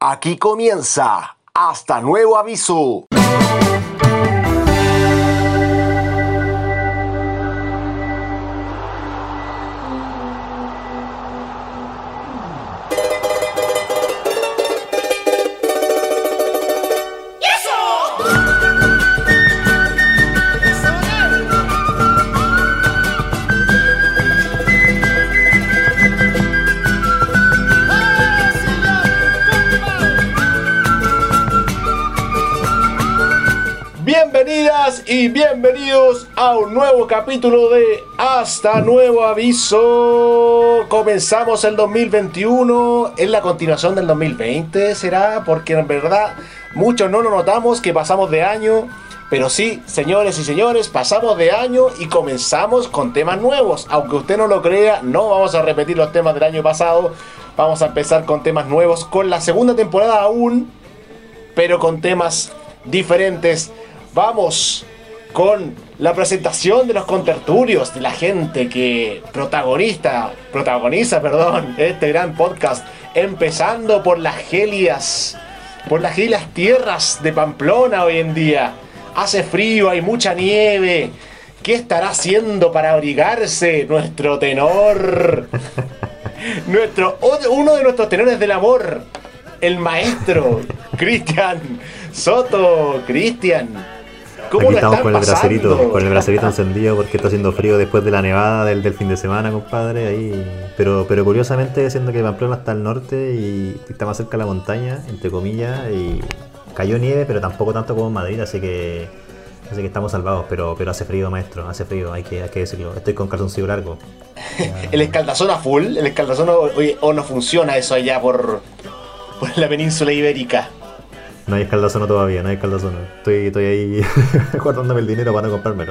Aquí comienza Hasta Nuevo Aviso. Bienvenidas y bienvenidos a un nuevo capítulo de Hasta Nuevo Aviso. Comenzamos el 2021, es la continuación del 2020, ¿será? Porque en verdad muchos no lo notamos que pasamos de año, pero sí, señores y señores, pasamos de año y comenzamos con temas nuevos. Aunque usted no lo crea, no vamos a repetir los temas del año pasado, vamos a empezar con temas nuevos, con la segunda temporada aún, pero con temas diferentes. Vamos con la presentación de los contertulios, de la gente que protagoniza, este gran podcast, empezando por las gélidas tierras de Pamplona hoy en día. Hace frío, hay mucha nieve. ¿Qué estará haciendo para abrigarse nuestro tenor? Uno de nuestros tenores del amor, el maestro Cristian Soto. Cristian, ¿cómo aquí lo estamos están con el pasando? con el bracerito encendido porque está haciendo frío después de la nevada del fin de semana, compadre. Ahí, pero curiosamente, siendo que Pamplona está al norte y está más cerca de la montaña, entre comillas, y cayó nieve, pero tampoco tanto como en Madrid, así que estamos salvados. Pero hace frío, maestro, hace frío, hay que decirlo. Estoy con calzoncillo largo. El escaldazón a full, o no funciona eso allá por la península ibérica. No hay escaldazono todavía, no hay escaldazono. Estoy ahí guardándome el dinero para no comprármelo.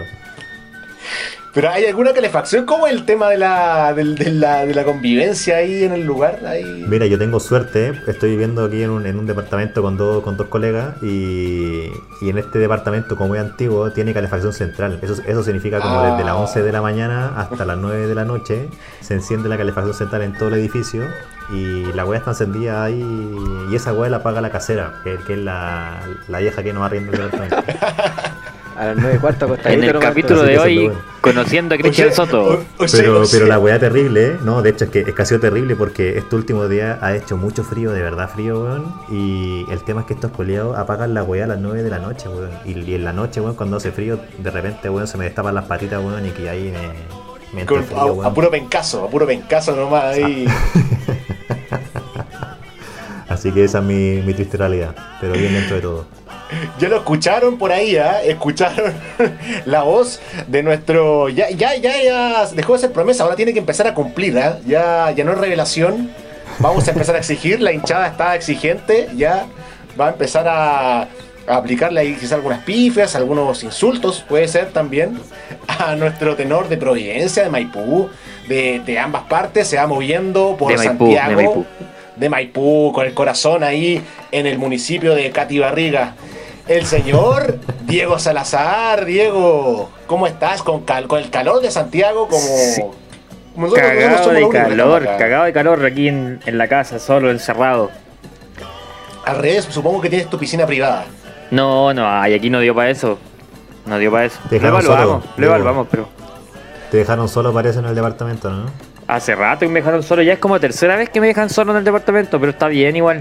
Pero ¿hay alguna calefacción? ¿Cómo es el tema de la convivencia ahí en el lugar? Ahí... Mira, yo tengo suerte, estoy viviendo aquí en un departamento con dos colegas y en este departamento, como es antiguo, tiene calefacción central. Eso significa como desde las 11 de la mañana hasta las 9 de la noche se enciende la calefacción central en todo el edificio y la hueá está encendida ahí y esa hueá la paga la casera, que es la vieja que nos arrienda el departamento. A las 9:15 acostadito. En el capítulo de hoy, conociendo a Cristian Soto. Pero la weá terrible, ¿eh? No, de hecho es que ha sido terrible porque este último día ha hecho mucho frío, de verdad frío, weón. Y el tema es que estos coleados apagan la weá a las 9 de la noche, weón. Y en la noche, weón, cuando hace frío, de repente, weón, se me destapan las patitas, weón, y que ahí me entra el frío, weón. A puro pencazo nomás ahí. Así que esa es mi triste realidad, pero bien dentro de todo. Ya lo escucharon por ahí, escucharon la voz de nuestro... Ya dejó de ser promesa, ahora tiene que empezar a cumplir, ya no es revelación. Vamos a empezar a exigir, la hinchada está exigente, ya va a empezar a aplicarle ahí quizás algunas pifias, algunos insultos, puede ser también, a nuestro tenor de Providencia, de Maipú, de ambas partes, se va moviendo por Santiago. De Maipú, con el corazón ahí en el municipio de Catibarriga. El señor Diego Salazar. Diego, ¿cómo estás? Con el calor de Santiago, como cagado de calor aquí en la casa, solo, encerrado. Al revés, supongo que tienes tu piscina privada. No, aquí no dio para eso. No dio para eso. Lo evaluamos, pero... Te dejaron solo, parece, en el departamento, ¿no? Hace rato que me dejaron solo, ya es como tercera vez que me dejan solo en el departamento, pero está bien igual.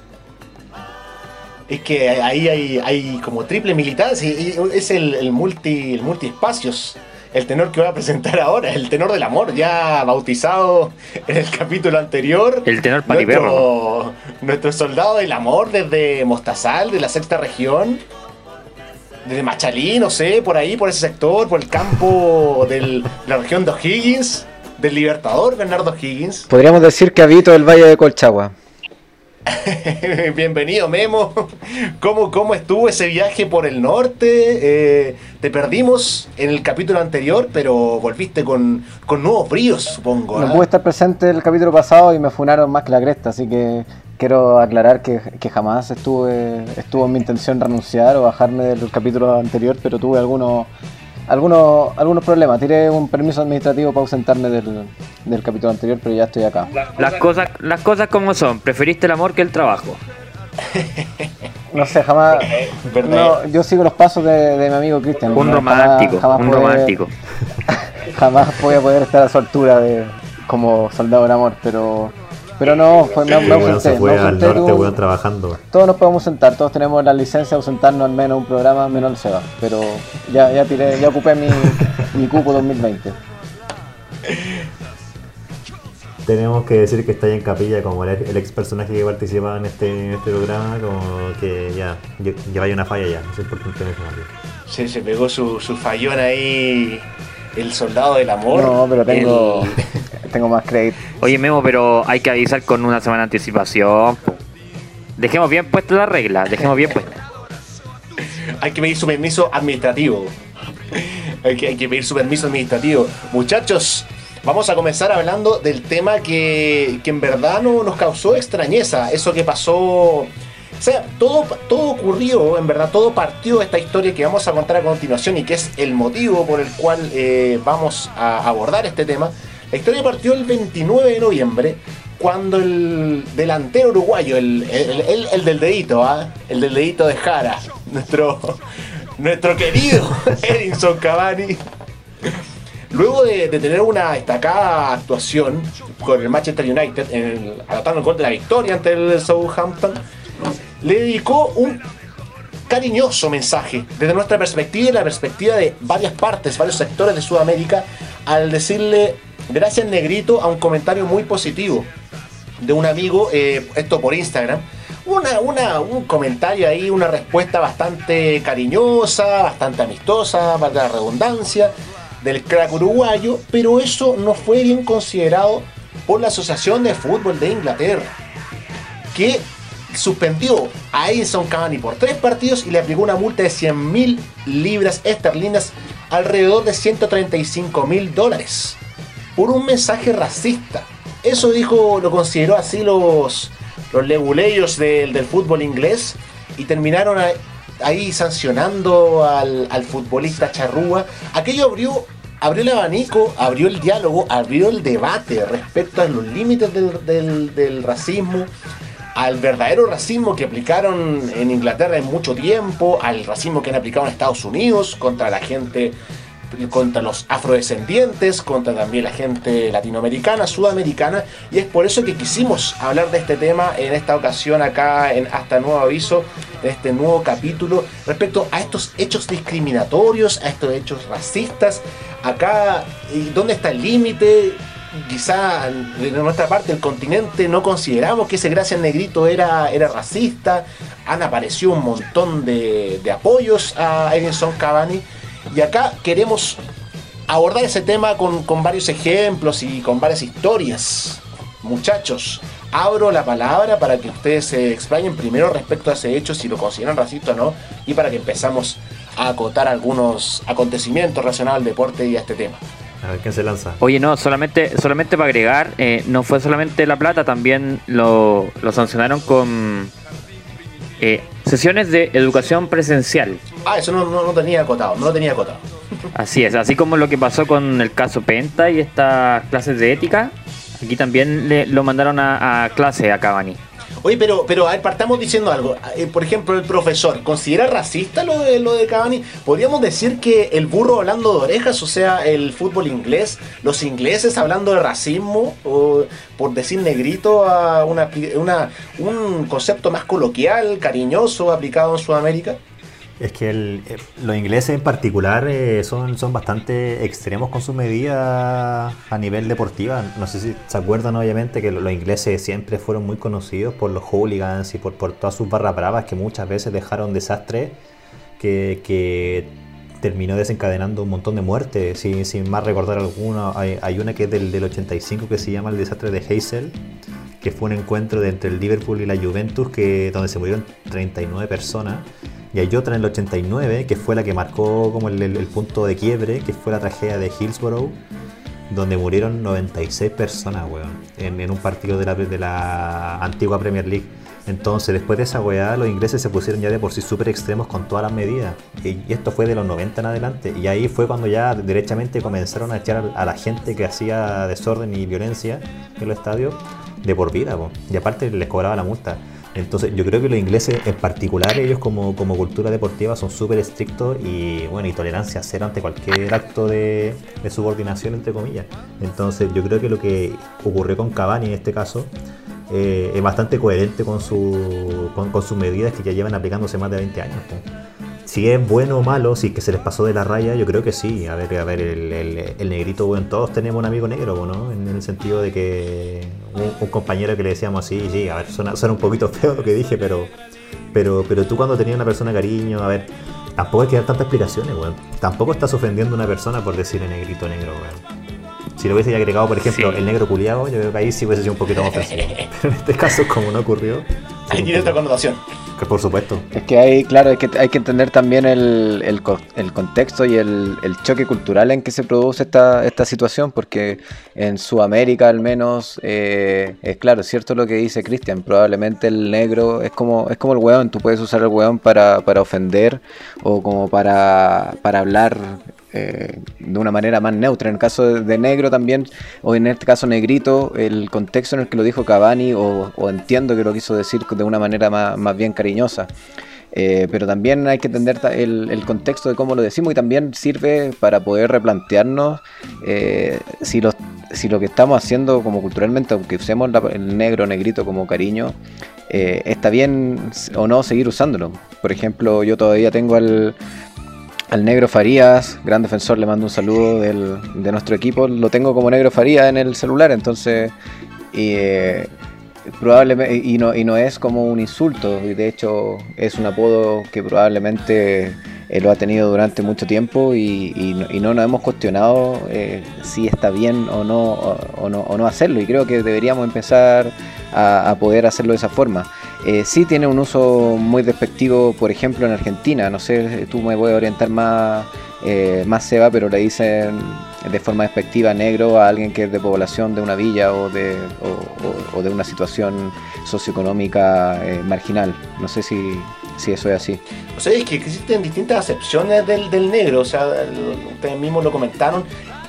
Es que ahí hay como triple militancia, es el multiespacios, el tenor que voy a presentar ahora, el tenor del amor, ya bautizado en el capítulo anterior. El tenor patiperro. Nuestro soldado del amor desde Mostazal, de la sexta región, desde Machalí, no sé, por ahí, por ese sector, por el campo de la región de O'Higgins. Del Libertador, Bernardo Higgins. Podríamos decir que habito del Valle de Colchagua. Bienvenido, Memo. ¿Cómo estuvo ese viaje por el norte? Te perdimos en el capítulo anterior, pero volviste con nuevos bríos, supongo. No pude estar presente el capítulo pasado y me funaron más que la cresta, así que quiero aclarar que jamás estuvo en mi intención renunciar o bajarme del capítulo anterior, pero tuve algunos problemas. Tiré un permiso administrativo para ausentarme del capítulo anterior, pero ya estoy acá. Las cosas como son. Preferiste el amor que el trabajo. No sé, jamás. Verdadero. No, yo sigo los pasos de mi amigo Cristian. Un No, romántico, jamás un puede- romántico. Jamás voy a poder estar a su altura como soldado del amor, pero no, me El weón se ausenté. fue Me al ausenté, norte, weón, trabajando. todos nos podemos sentar, todos tenemos la licencia de ausentarnos al menos un programa, menos el Seba. Pero ya ocupé mi cupo 2020. Tenemos que decir que está ahí en capilla como el ex personaje que participaba en este programa, como que ya vaya una falla ya, no es importante mencionarlo. Sí, se pegó su fallón ahí, el soldado del amor. No, pero tengo más crédito. Oye, Memo, pero hay que avisar con una semana de anticipación. Po. Dejemos bien puesta la regla, dejemos bien puesta. Hay que pedir su permiso administrativo. hay que pedir su permiso administrativo. Muchachos, vamos a comenzar hablando del tema que en verdad no nos causó extrañeza. Eso que pasó. O sea, todo ocurrió, en verdad, todo partió de esta historia que vamos a contar a continuación y que es el motivo por el cual vamos a abordar este tema. La historia partió el 29 de noviembre, cuando el delantero uruguayo, el del dedito, el del dedito de Jara, nuestro querido Edinson Cavani, luego de tener una destacada actuación con el Manchester United, anotando el gol de la victoria ante el Southampton, le dedicó un cariñoso mensaje desde nuestra perspectiva y la perspectiva de varias partes, varios sectores de Sudamérica, al decirle gracias negrito a un comentario muy positivo de un amigo, esto por Instagram. Un comentario ahí, una respuesta bastante cariñosa, bastante amistosa, para la redundancia, del crack uruguayo, pero eso no fue bien considerado por la Asociación de Fútbol de Inglaterra, que suspendió a Edinson Cavani por 3 partidos y le aplicó una multa de 100.000 libras esterlinas, alrededor de $135.000, por un mensaje racista. Eso lo consideró así los leguleyos del fútbol inglés, y terminaron ahí sancionando al futbolista charrúa. Aquello abrió el abanico, abrió el diálogo, abrió el debate respecto a los límites del racismo, al verdadero racismo que aplicaron en Inglaterra en mucho tiempo, al racismo que han aplicado en Estados Unidos contra la gente, contra los afrodescendientes, contra también la gente latinoamericana, sudamericana, y es por eso que quisimos hablar de este tema en esta ocasión acá en Hasta Nuevo Aviso, en este nuevo capítulo, respecto a estos hechos discriminatorios, a estos hechos racistas. Acá, ¿dónde está el límite? Quizá de nuestra parte del continente no consideramos que ese gracias negrito era racista. Han aparecido un montón de apoyos a Edinson Cavani, y acá queremos abordar ese tema con varios ejemplos y con varias historias. Muchachos, abro la palabra para que ustedes se explayen primero respecto a ese hecho, si lo consideran racista o no, y para que empezamos a acotar algunos acontecimientos relacionados al deporte y a este tema. A ver quién se lanza. Oye, no, solamente para agregar, no fue solamente La Plata, también lo sancionaron con sesiones de educación presencial. Eso no lo tenía acotado, Así es, así como lo que pasó con el caso Penta y estas clases de ética, aquí también lo mandaron a clase a Cavani. Oye, pero a ver, partamos diciendo algo. Por ejemplo, el profesor, ¿considera racista lo de Cavani? ¿Podríamos decir que el burro hablando de orejas, o sea, el fútbol inglés, los ingleses hablando de racismo, o por decir negrito, a un concepto más coloquial, cariñoso, aplicado en Sudamérica? Es que los ingleses en particular son bastante extremos con sus medidas a nivel deportiva. No sé si se acuerdan, obviamente, que los ingleses siempre fueron muy conocidos por los hooligans y por todas sus barras bravas, que muchas veces dejaron desastres que terminó desencadenando un montón de muertes. Sin más recordar alguna, hay una que es del 85 que se llama el desastre de Heysel, que fue un encuentro entre el Liverpool y la Juventus donde se murieron 39 personas. Y hay otra en el 89 que fue la que marcó como el punto de quiebre, que fue la tragedia de Hillsborough, donde murieron 96 personas, weón, en un partido de la antigua Premier League. Entonces, después de esa weá, los ingleses se pusieron ya de por sí súper extremos con todas las medidas. Y esto fue de los 90 en adelante. Y ahí fue cuando ya derechamente comenzaron a echar a la gente que hacía desorden y violencia en los estadios de por vida, po. Y aparte les cobraba la multa. Entonces yo creo que los ingleses en particular, ellos como cultura deportiva son súper estrictos y bueno, y tolerancia cero ante cualquier acto de subordinación, entre comillas. Entonces yo creo que lo que ocurrió con Cavani en este caso es bastante coherente con sus medidas que ya llevan aplicándose más de 20 años. Pues. Si es bueno o malo, si es que se les pasó de la raya, yo creo que sí. A ver, el negrito, bueno, todos tenemos un amigo negro, ¿no? En el sentido de que un compañero que le decíamos así, sí, a ver, suena un poquito feo lo que dije, pero tú cuando tenías una persona cariño, a ver, tampoco hay que dar tantas explicaciones, weón. Tampoco estás ofendiendo a una persona por decirle negrito negro, weón. Si lo hubiese agregado, por ejemplo, sí, el negro culiado, yo creo que ahí sí hubiese sido un poquito más ofensivo. Pero en este caso, como no ocurrió... Ahí tiene otra connotación. Que por supuesto. Es que hay que entender también el contexto y el choque cultural en que se produce esta situación, porque en Sudamérica al menos, es claro, es cierto lo que dice Cristian, probablemente el negro es como el weón, tú puedes usar el weón para ofender o como para hablar... de una manera más neutra. En el caso de negro también, o en este caso negrito, el contexto en el que lo dijo Cavani, o entiendo que lo quiso decir de una manera más bien cariñosa. Pero también hay que entender el contexto de cómo lo decimos, y también sirve para poder replantearnos si lo que estamos haciendo como culturalmente, aunque usemos el negro, negrito como cariño, está bien o no seguir usándolo. Por ejemplo, yo todavía tengo al Negro Farías, gran defensor, le mando un saludo de nuestro equipo, lo tengo como Negro Farías en el celular, entonces probablemente, y no es como un insulto, y de hecho es un apodo que probablemente lo ha tenido durante mucho tiempo, y no nos hemos cuestionado si está bien o no hacerlo, y creo que deberíamos empezar a poder hacerlo de esa forma. Sí tiene un uso muy despectivo, por ejemplo en Argentina, no sé, tú me puedes orientar más Seba, pero le dicen de forma despectiva negro a alguien que es de población de una villa o de una situación socioeconómica marginal. No sé si eso es así. O sea, es que existen distintas acepciones del negro, o sea, ustedes mismos lo comentaron.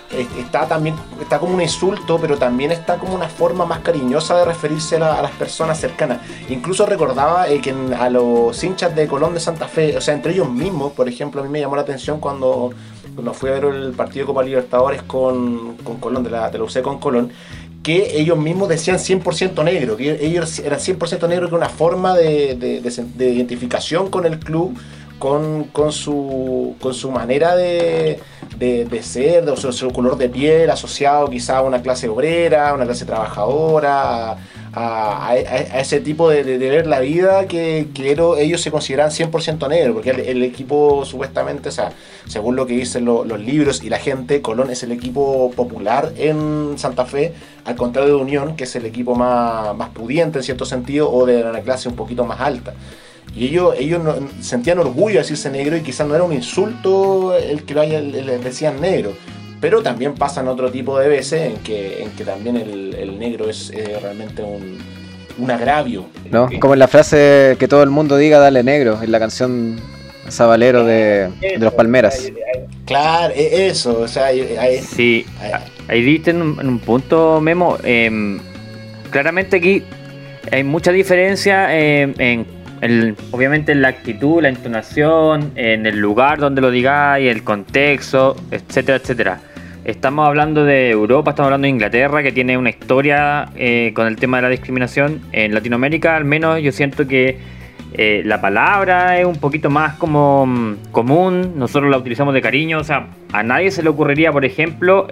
Está como un insulto, pero también está como una forma más cariñosa de referirse a las personas cercanas. Incluso recordaba que a los hinchas de Colón de Santa Fe, o sea, entre ellos mismos, por ejemplo, a mí me llamó la atención cuando fui a ver el partido de Copa Libertadores con Colón, de la UC con Colón, que ellos mismos decían 100% negro, que ellos eran 100% negro, que era una forma de identificación con el club, con su manera de ser, de su color de piel, asociado quizá a una clase obrera, a una clase trabajadora, a ese tipo de ver la vida que ellos se consideran 100% negro, porque el equipo supuestamente, o sea, según lo que dicen los libros y la gente, Colón es el equipo popular en Santa Fe, al contrario de Unión, que es el equipo más pudiente en cierto sentido, o de una clase un poquito más alta. Y ellos sentían orgullo de decirse negro, y quizás no era un insulto el que les decían negro, pero también pasan otro tipo de veces en que también el negro es realmente un agravio. ¿No? Como en la frase que todo el mundo diga dale negro, en la canción Sabalero de los Palmeras. Claro, eso, o sea... Sí, ahí diste en un punto, Memo. Claramente aquí hay mucha diferencia obviamente en la actitud, la entonación, en el lugar donde lo digáis, el contexto, etcétera, etcétera. Estamos hablando de Europa, estamos hablando de Inglaterra, que tiene una historia con el tema de la discriminación. En Latinoamérica, al menos, yo siento que la palabra es un poquito más como común, nosotros la utilizamos de cariño, o sea, a nadie se le ocurriría, por ejemplo,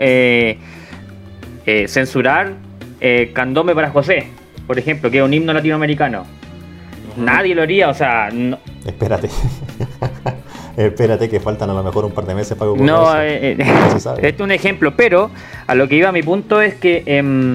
censurar Candombe para José, por ejemplo, que es un himno latinoamericano. Nadie lo haría, o sea... No. Espérate. Espérate que faltan a lo mejor un par de meses para que ocurra no, eso. No se sabe. Este es un ejemplo, pero a lo que iba mi punto es que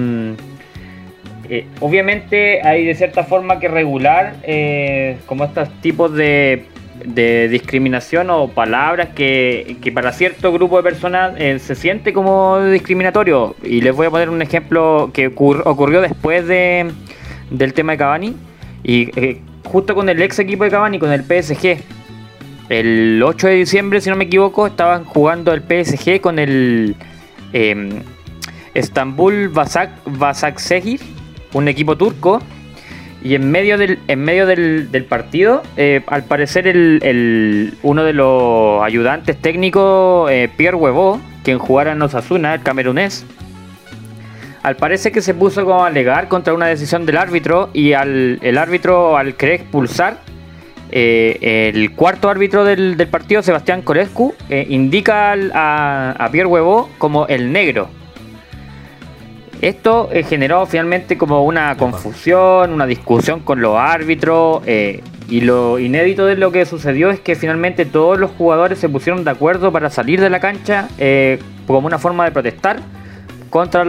obviamente hay de cierta forma que regular como estos tipos de discriminación o palabras que para cierto grupo de personas se siente como discriminatorio. Y les voy a poner un ejemplo que ocurrió después del tema de Cavani. Y justo con el ex equipo de Cavani, con el PSG, el 8 de diciembre, si no me equivoco, estaban jugando el PSG con el Istanbul Basaksehir, un equipo turco, Y en medio del partido, al parecer uno de los ayudantes técnicos, Pierre Huevo, quien jugara en Osasuna, el camerunés, al parecer que se puso como a alegar contra una decisión del árbitro, y el árbitro, al querer expulsar, el cuarto árbitro del partido, Sebastián Corescu, indica a Pierre Huevo como el negro. Esto generó finalmente como una confusión, una discusión con los árbitros, y lo inédito de lo que sucedió es que finalmente todos los jugadores se pusieron de acuerdo para salir de la cancha como una forma de protestar contra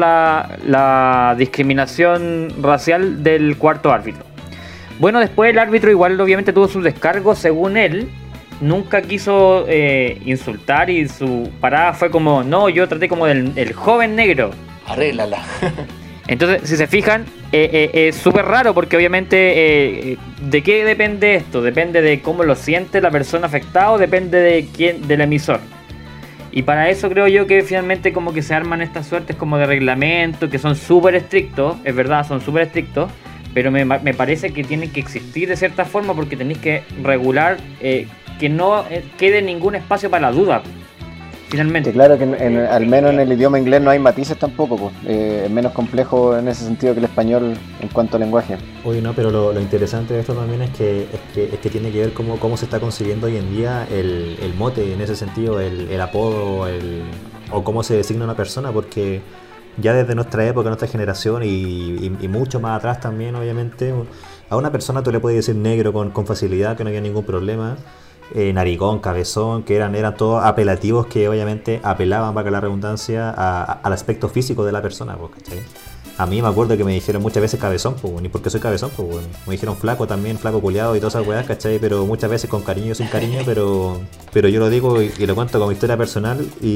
la discriminación racial del cuarto árbitro. Bueno, después el árbitro igual obviamente tuvo sus descargos, según él. Nunca quiso insultar, y su parada fue como, no, yo traté como del joven negro. Arréglala. Entonces, si se fijan, es súper raro, porque obviamente ¿de qué depende esto? Depende de cómo lo siente la persona afectada, o depende del emisor. Y para eso creo yo que finalmente como que se arman estas suertes como de reglamento, que son súper estrictos, es verdad, son súper estrictos, pero me parece que tienen que existir de cierta forma, porque tenéis que regular que no quede ningún espacio para la duda. Finalmente. Claro que al menos en el idioma inglés no hay matices tampoco, pues. Es menos complejo en ese sentido que el español en cuanto a lenguaje. Oye, no, pero lo interesante de esto también es que tiene que ver cómo se está concibiendo hoy en día el mote, en ese sentido, el apodo, o cómo se designa una persona, porque ya desde nuestra época, nuestra generación y mucho más atrás también, obviamente, a una persona tú le puedes decir negro con facilidad, que no había ningún problema. Narigón, cabezón, que eran todos apelativos que obviamente apelaban, para que la redundancia, al aspecto físico de la persona, ¿cachai? A mí me acuerdo que me dijeron muchas veces cabezón, ni porque soy cabezón, me dijeron flaco también, flaco culiado y todas esas weas, ¿cachai? Pero muchas veces con cariño, sin cariño, pero yo lo digo y lo cuento como historia personal,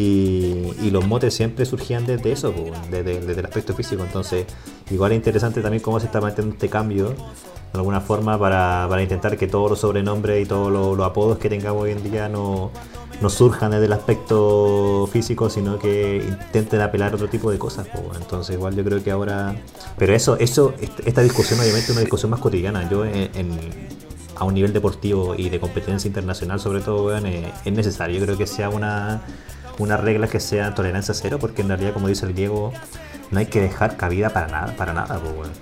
y los motes siempre surgían desde eso, desde el aspecto físico. Entonces igual es interesante también cómo se está manteniendo este cambio de alguna forma para intentar que todos los sobrenombres y todos los apodos que tengamos hoy en día no surjan desde el aspecto físico, sino que intenten apelar a otro tipo de cosas. Entonces igual yo creo que ahora... Pero esta discusión obviamente es una discusión más cotidiana. Yo a un nivel deportivo y de competencia internacional sobre todo, es necesario. Yo creo que sea una regla que sea tolerancia cero, porque en realidad, como dice el Diego, no hay que dejar cabida para nada.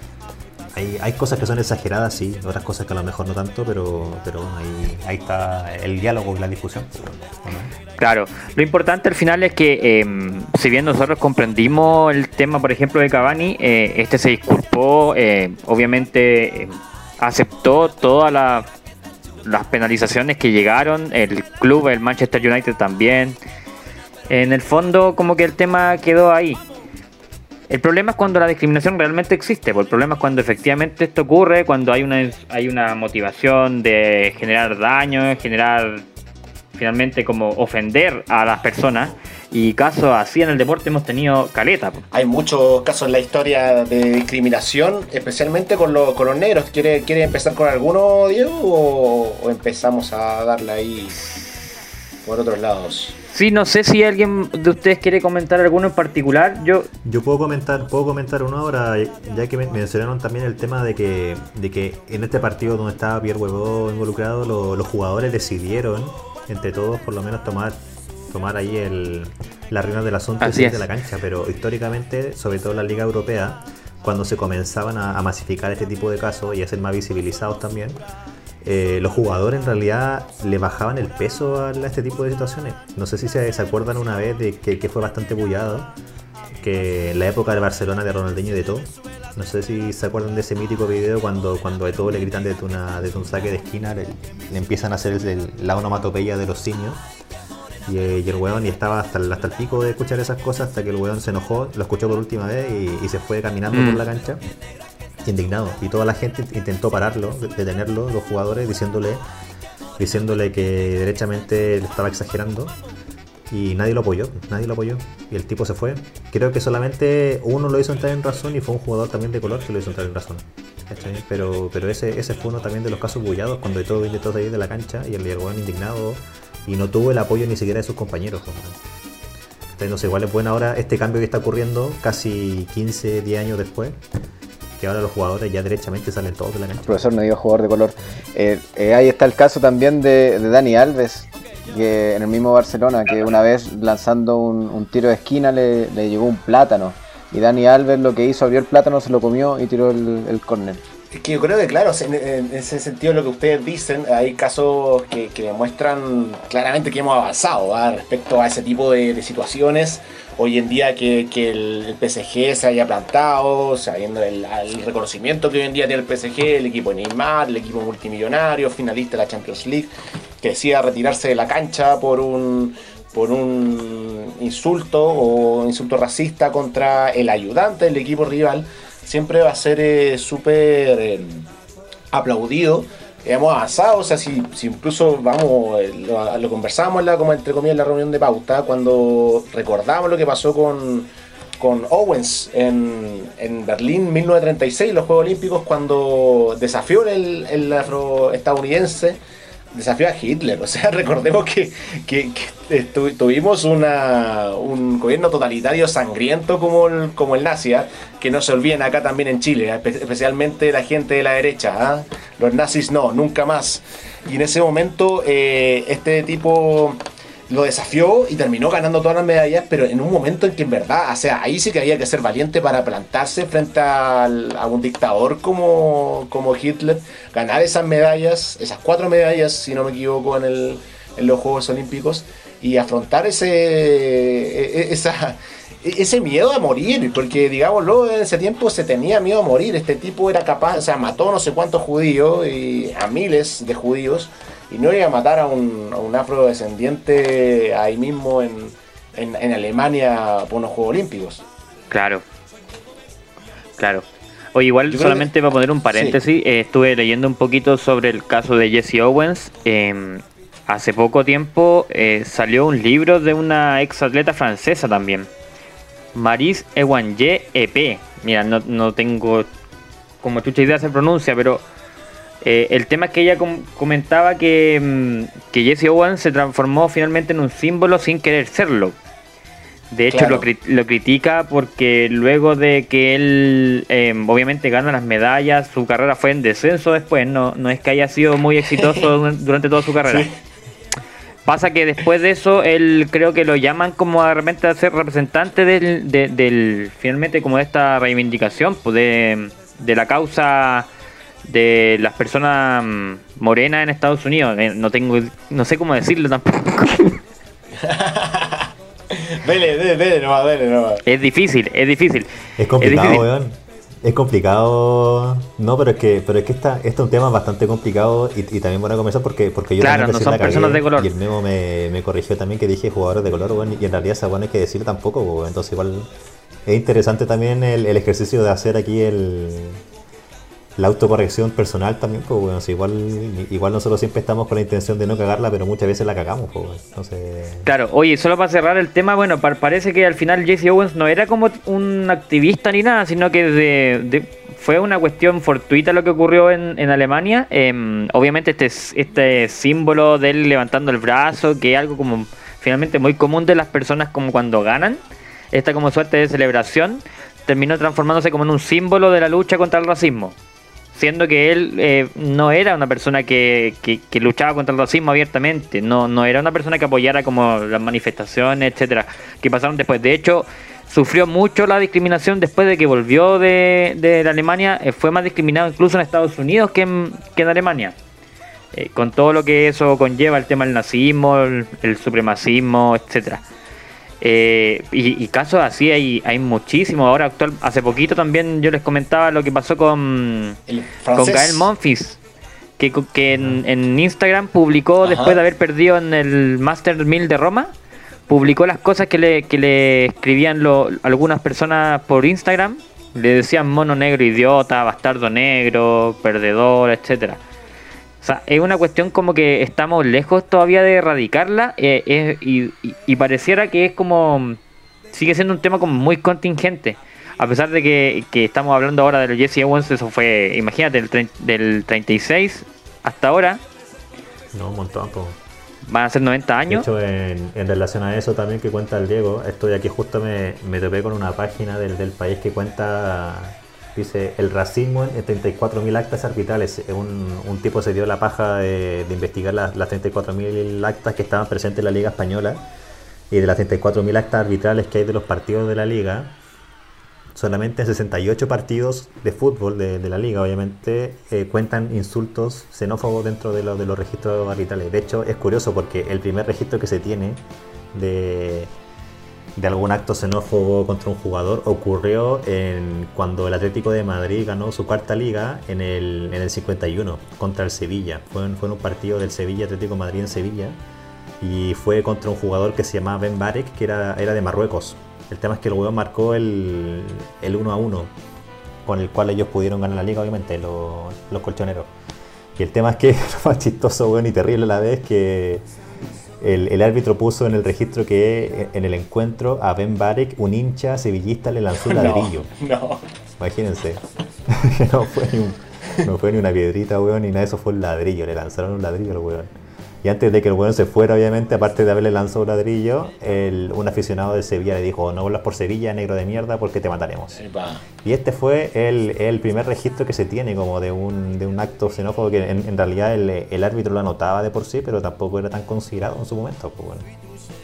Hay cosas que son exageradas, sí, otras cosas que a lo mejor no tanto, pero ahí está el diálogo y la discusión. Claro, lo importante al final es que si bien nosotros comprendimos el tema, por ejemplo, de Cavani, este se disculpó, obviamente aceptó todas las penalizaciones que llegaron, el club, el Manchester United también. En el fondo como que el tema quedó ahí. El problema es cuando la discriminación realmente existe, porque el problema es cuando efectivamente esto ocurre, cuando hay una motivación de generar daño, generar finalmente como ofender a las personas, y casos así en el deporte hemos tenido caleta. Hay muchos casos en la historia de discriminación, especialmente con los negros. ¿Quiere empezar con alguno, Diego, o empezamos a darle ahí por otros lados? Sí, no sé si alguien de ustedes quiere comentar alguno en particular. Yo puedo comentar uno ahora, ya que mencionaron también el tema de que en este partido donde estaba Pierre Huevo involucrado, los jugadores decidieron, entre todos, por lo menos tomar ahí la rienda del asunto de la cancha. Pero históricamente, sobre todo en la Liga Europea, cuando se comenzaban a masificar este tipo de casos y a ser más visibilizados también, los jugadores en realidad le bajaban el peso a este tipo de situaciones. No sé si se acuerdan una vez de que fue bastante bullado, que en la época del Barcelona de Ronaldinho y de todo, no sé si se acuerdan de ese mítico video cuando de todo le gritan desde un saque de esquina, le empiezan a hacer la onomatopeya de los simios, y el weón estaba hasta el pico de escuchar esas cosas, hasta que el weón se enojó, lo escuchó por última vez y se fue caminando por la cancha indignado, y toda la gente intentó pararlo, detenerlo, los jugadores, diciéndole que derechamente le estaba exagerando, y nadie lo apoyó, y el tipo se fue. Creo que solamente uno lo hizo entrar en razón, y fue un jugador también de color que lo hizo entrar en razón, ¿cachai? Pero ese fue uno también de los casos bullados, cuando todo intentó salir de la cancha y el weón indignado, y no tuvo el apoyo ni siquiera de sus compañeros. Entonces igual es bueno ahora este cambio que está ocurriendo casi 15, 10 años después, que ahora los jugadores ya derechamente salen todos de la cancha. El profesor no dijo jugador de color. Ahí está el caso también de Dani Alves, que en el mismo Barcelona, que una vez lanzando un tiro de esquina le llegó un plátano. Y Dani Alves lo que hizo, abrió el plátano, se lo comió y tiró el córner. Es que yo creo que, claro, en ese sentido lo que ustedes dicen, hay casos que demuestran claramente que hemos avanzado respecto a ese tipo de situaciones. Hoy en día que el PSG se haya plantado, sabiendo el reconocimiento que hoy en día tiene el PSG, el equipo de Neymar, el equipo multimillonario, finalista de la Champions League, que decida retirarse de la cancha por un insulto o insulto racista contra el ayudante del equipo rival, siempre va a ser súper aplaudido. Hemos avanzado, o sea, si incluso lo conversamos como entre comillas en la reunión de pauta, cuando recordamos lo que pasó con Owens en Berlín 1936, los Juegos Olímpicos, cuando desafió el afroestadounidense, desafió a Hitler. O sea, recordemos que tuvimos un gobierno totalitario sangriento como el nazi, que no se olviden acá también en Chile, especialmente la gente de la derecha, los nazis no, nunca más. Y en ese momento este tipo lo desafió y terminó ganando todas las medallas, pero en un momento en que en verdad, o sea, ahí sí que había que ser valiente para plantarse frente a un dictador como Hitler, ganar esas medallas, esas 4 medallas, si no me equivoco, en los Juegos Olímpicos, y afrontar ese miedo a morir, porque digámoslo, en ese tiempo se tenía miedo a morir. Este tipo era capaz, o sea, mató no sé cuántos judíos, y a miles de judíos, y no iba a matar a un afrodescendiente ahí mismo en Alemania por unos Juegos Olímpicos. Claro. Oye, igual solamente para poner un paréntesis, sí. Estuve leyendo un poquito sobre el caso de Jesse Owens. Hace poco tiempo salió un libro de una ex atleta francesa también, Maryse Ewange EP. Mira, no tengo como chucha idea se pronuncia, pero el tema es que ella comentaba que Jesse Owens se transformó finalmente en un símbolo sin querer serlo. De hecho, claro, lo critica porque luego de que él obviamente gana las medallas, su carrera fue en descenso después, no es que haya sido muy exitoso durante toda su carrera. Sí. Pasa que después de eso, él creo que lo llaman como de repente a ser representante del finalmente como de esta reivindicación, pues de la causa de las personas morenas en Estados Unidos. No sé cómo decirlo tampoco. Dele nomás. Es difícil. Es complicado, weón. Es complicado. No, pero es que este es un tema bastante complicado y también buena conversar porque yo claro, también no son personas de color. Y el Memo me corrigió también que dije jugadores de color, weón, y en realidad esa buena hay que decir tampoco, weón. Entonces igual es interesante también el ejercicio de hacer aquí la autocorrección personal también, pues bueno, si igual nosotros siempre estamos con la intención de no cagarla, pero muchas veces la cagamos, pues bueno. Entonces... Claro, oye, solo para cerrar el tema, bueno, parece que al final Jesse Owens no era como un activista ni nada, sino que fue una cuestión fortuita lo que ocurrió en Alemania. Obviamente este símbolo de él levantando el brazo, que es algo como finalmente muy común de las personas como cuando ganan, esta como suerte de celebración, terminó transformándose como en un símbolo de la lucha contra el racismo. Siendo que él no era una persona que luchaba contra el racismo abiertamente, no era una persona que apoyara como las manifestaciones, etcétera, que pasaron después. De hecho, sufrió mucho la discriminación después de que volvió de la Alemania. Fue más discriminado incluso en Estados Unidos que en Alemania. Con todo lo que eso conlleva, el tema del nazismo, el supremacismo, etcétera. Y casos así hay muchísimos. Ahora hace poquito también yo les comentaba lo que pasó con Gael Monfils, que en Instagram publicó, después de haber perdido en el Master 1000 de Roma, publicó las cosas que le escribían algunas personas por Instagram. Le decían mono negro, idiota, bastardo negro, perdedor, etcétera. O sea, es una cuestión como que estamos lejos todavía de erradicarla, y pareciera que es como... Sigue siendo un tema como muy contingente. A pesar de que estamos hablando ahora del Jesse Owens, eso fue, imagínate, del 36 hasta ahora. No, un montón, po. Van a ser 90 años. De hecho, en relación a eso también que cuenta el Diego, estoy aquí justo me topé con una página del país que cuenta Dice, el racismo en 34.000 actas arbitrales. Un tipo se dio la paja de investigar las 34.000 actas que estaban presentes en la Liga Española. Y de las 34.000 actas arbitrales que hay de los partidos de la Liga, solamente en 68 partidos de fútbol de la Liga, obviamente, cuentan insultos xenófobos dentro de los registros arbitrales. De hecho, es curioso porque el primer registro que se tiene de algún acto xenófobo contra un jugador ocurrió cuando el Atlético de Madrid ganó su cuarta liga en el 51 contra el Sevilla. Fue en un partido del Sevilla, Atlético de Madrid en Sevilla, y fue contra un jugador que se llamaba Ben Barek, que era de Marruecos. El tema es que el huevón marcó el 1-1, con el cual ellos pudieron ganar la liga, obviamente, los colchoneros. Y el tema es que lo más chistoso, weón, y terrible a la vez, que el árbitro puso en el registro que en el encuentro a Ben Barek, un hincha sevillista, le lanzó un ladrillo. No. Imagínense. No fue ni una piedrita, weón, ni nada de eso, fue un ladrillo. Le lanzaron un ladrillo al weón. Y antes de que el weón se fuera, obviamente, aparte de haberle lanzado un ladrillo, un aficionado de Sevilla le dijo: no vuelvas por Sevilla, negro de mierda, porque te mataremos. Epa. Y este fue el primer registro que se tiene como de un acto xenófobo que en realidad el árbitro lo anotaba de por sí, pero tampoco era tan considerado en su momento. Pues bueno.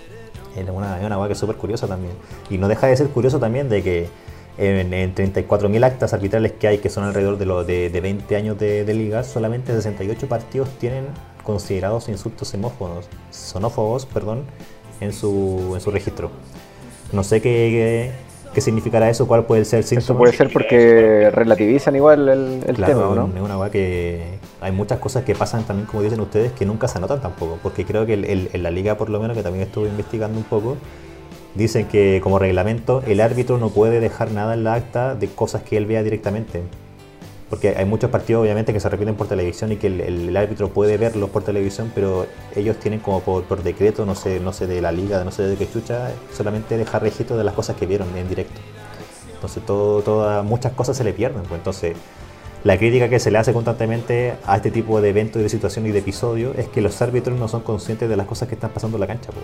Es una hueá que es súper curiosa también. Y no deja de ser curioso también de que en 34.000 actas arbitrales que hay, que son alrededor de 20 años de liga, solamente 68 partidos tienen considerados insultos xenófobos, en su registro. No sé qué significará eso, cuál puede ser el síntoma. Eso puede ser porque relativizan igual el claro, tema, ¿no? Es una weá que hay muchas cosas que pasan también, como dicen ustedes, que nunca se anotan tampoco, porque creo que en la liga, por lo menos, que también estuve investigando un poco, dicen que como reglamento el árbitro no puede dejar nada en la acta de cosas que él vea directamente. Porque hay muchos partidos, obviamente, que se repiten por televisión y que el árbitro puede verlos por televisión, pero ellos tienen como por decreto, no sé de la liga, no sé de qué chucha, solamente dejar registro de las cosas que vieron en directo. Entonces muchas cosas se le pierden. Pues. Entonces, la crítica que se le hace constantemente a este tipo de eventos y de situaciones y de episodios es que los árbitros no son conscientes de las cosas que están pasando en la cancha. Pues.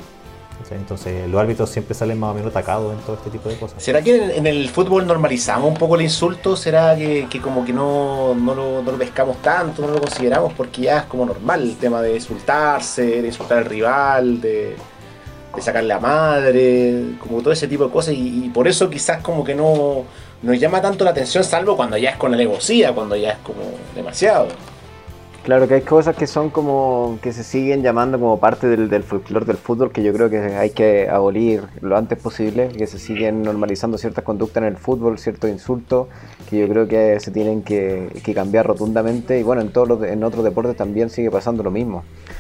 Entonces los árbitros siempre salen más o menos atacados en todo este tipo de cosas. ¿Será que en el fútbol normalizamos un poco el insulto? ¿Será que como que no lo pescamos tanto, no lo consideramos porque ya es como normal el tema de insultarse, de insultar al rival, de sacarle a madre, como todo ese tipo de cosas, y por eso quizás como que no nos llama tanto la atención, salvo cuando ya es con alevosía, cuando ya es como demasiado? Claro que hay cosas que son como que se siguen llamando como parte del folclore del fútbol, que yo creo que hay que abolir lo antes posible, que se siguen normalizando ciertas conductas en el fútbol, ciertos insultos, que yo creo que se tienen que cambiar rotundamente, y bueno, en otros deportes también sigue pasando lo mismo.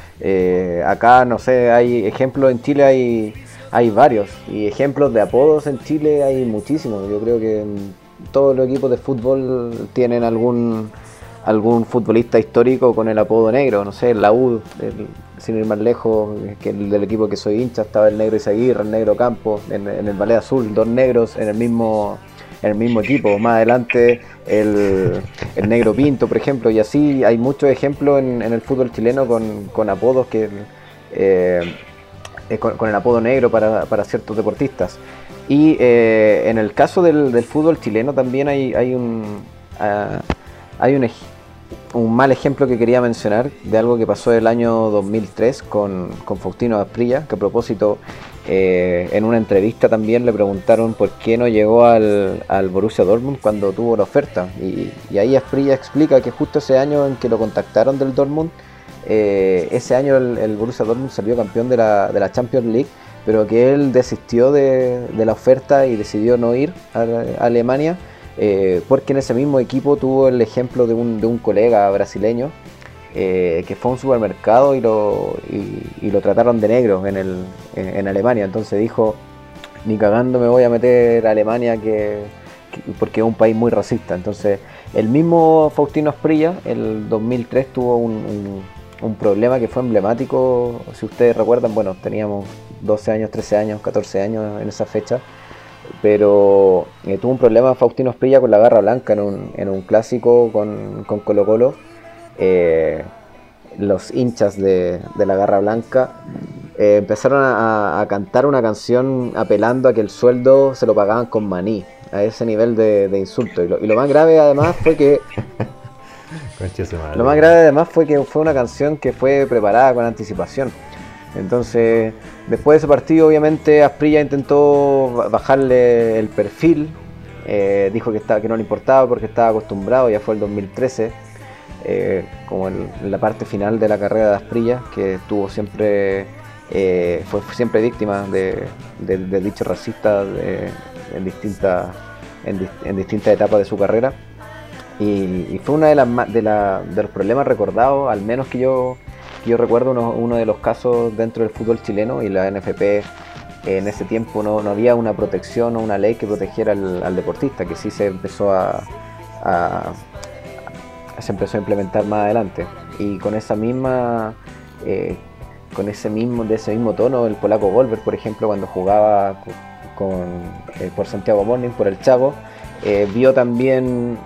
Acá, no sé, hay ejemplos en Chile, hay varios, y ejemplos de apodos en Chile hay muchísimos. Yo creo que todos los equipos de fútbol tienen algún futbolista histórico con el apodo negro, no sé, la U, sin ir más lejos, que el del equipo que soy hincha, estaba el negro Izaguirre, el negro Campos, en el Ballet Azul, dos negros en el mismo equipo. Más adelante el negro Pinto, por ejemplo, y así hay muchos ejemplos en el fútbol chileno con apodos que con el apodo negro para ciertos deportistas. Y en el caso del fútbol chileno también hay un mal ejemplo que quería mencionar de algo que pasó el año 2003 con Faustino Asprilla, que a propósito en una entrevista también le preguntaron por qué no llegó al Borussia Dortmund cuando tuvo la oferta, y ahí Asprilla explica que justo ese año en que lo contactaron del Dortmund, ese año el Borussia Dortmund salió campeón de la Champions League, pero que él desistió de la oferta y decidió no ir a Alemania, porque en ese mismo equipo tuvo el ejemplo de un colega brasileño que fue a un supermercado y lo trataron de negro en Alemania. Entonces dijo: ni cagando me voy a meter a Alemania porque es un país muy racista. Entonces el mismo Faustino Asprilla el 2003 tuvo un problema que fue emblemático. Si ustedes recuerdan, bueno, teníamos 12 años, 13 años, 14 años en esa fecha, pero tuvo un problema Faustino Asprilla con la garra blanca en un clásico con Colo Colo. Los hinchas de la garra blanca empezaron a cantar una canción apelando a que el sueldo se lo pagaban con maní. ese nivel de insulto. Y lo más grave además fue que fue una canción que fue preparada con anticipación. Entonces, después de ese partido, obviamente, Asprilla intentó bajarle el perfil. Dijo que no le importaba porque estaba acostumbrado, ya fue el 2013, como en la parte final de la carrera de Asprilla, que estuvo siempre, fue siempre víctima de dicho racista en distintas etapas de su carrera. Y fue uno de los problemas recordados, al menos que yo recuerdo, uno de los casos dentro del fútbol chileno, y la NFP en ese tiempo no había una protección o una ley que protegiera al deportista, que sí se empezó a implementar más adelante. Y con esa misma de ese mismo tono, el polaco Goldberg, por ejemplo, cuando jugaba por Santiago Morning, por el Chavo, vio también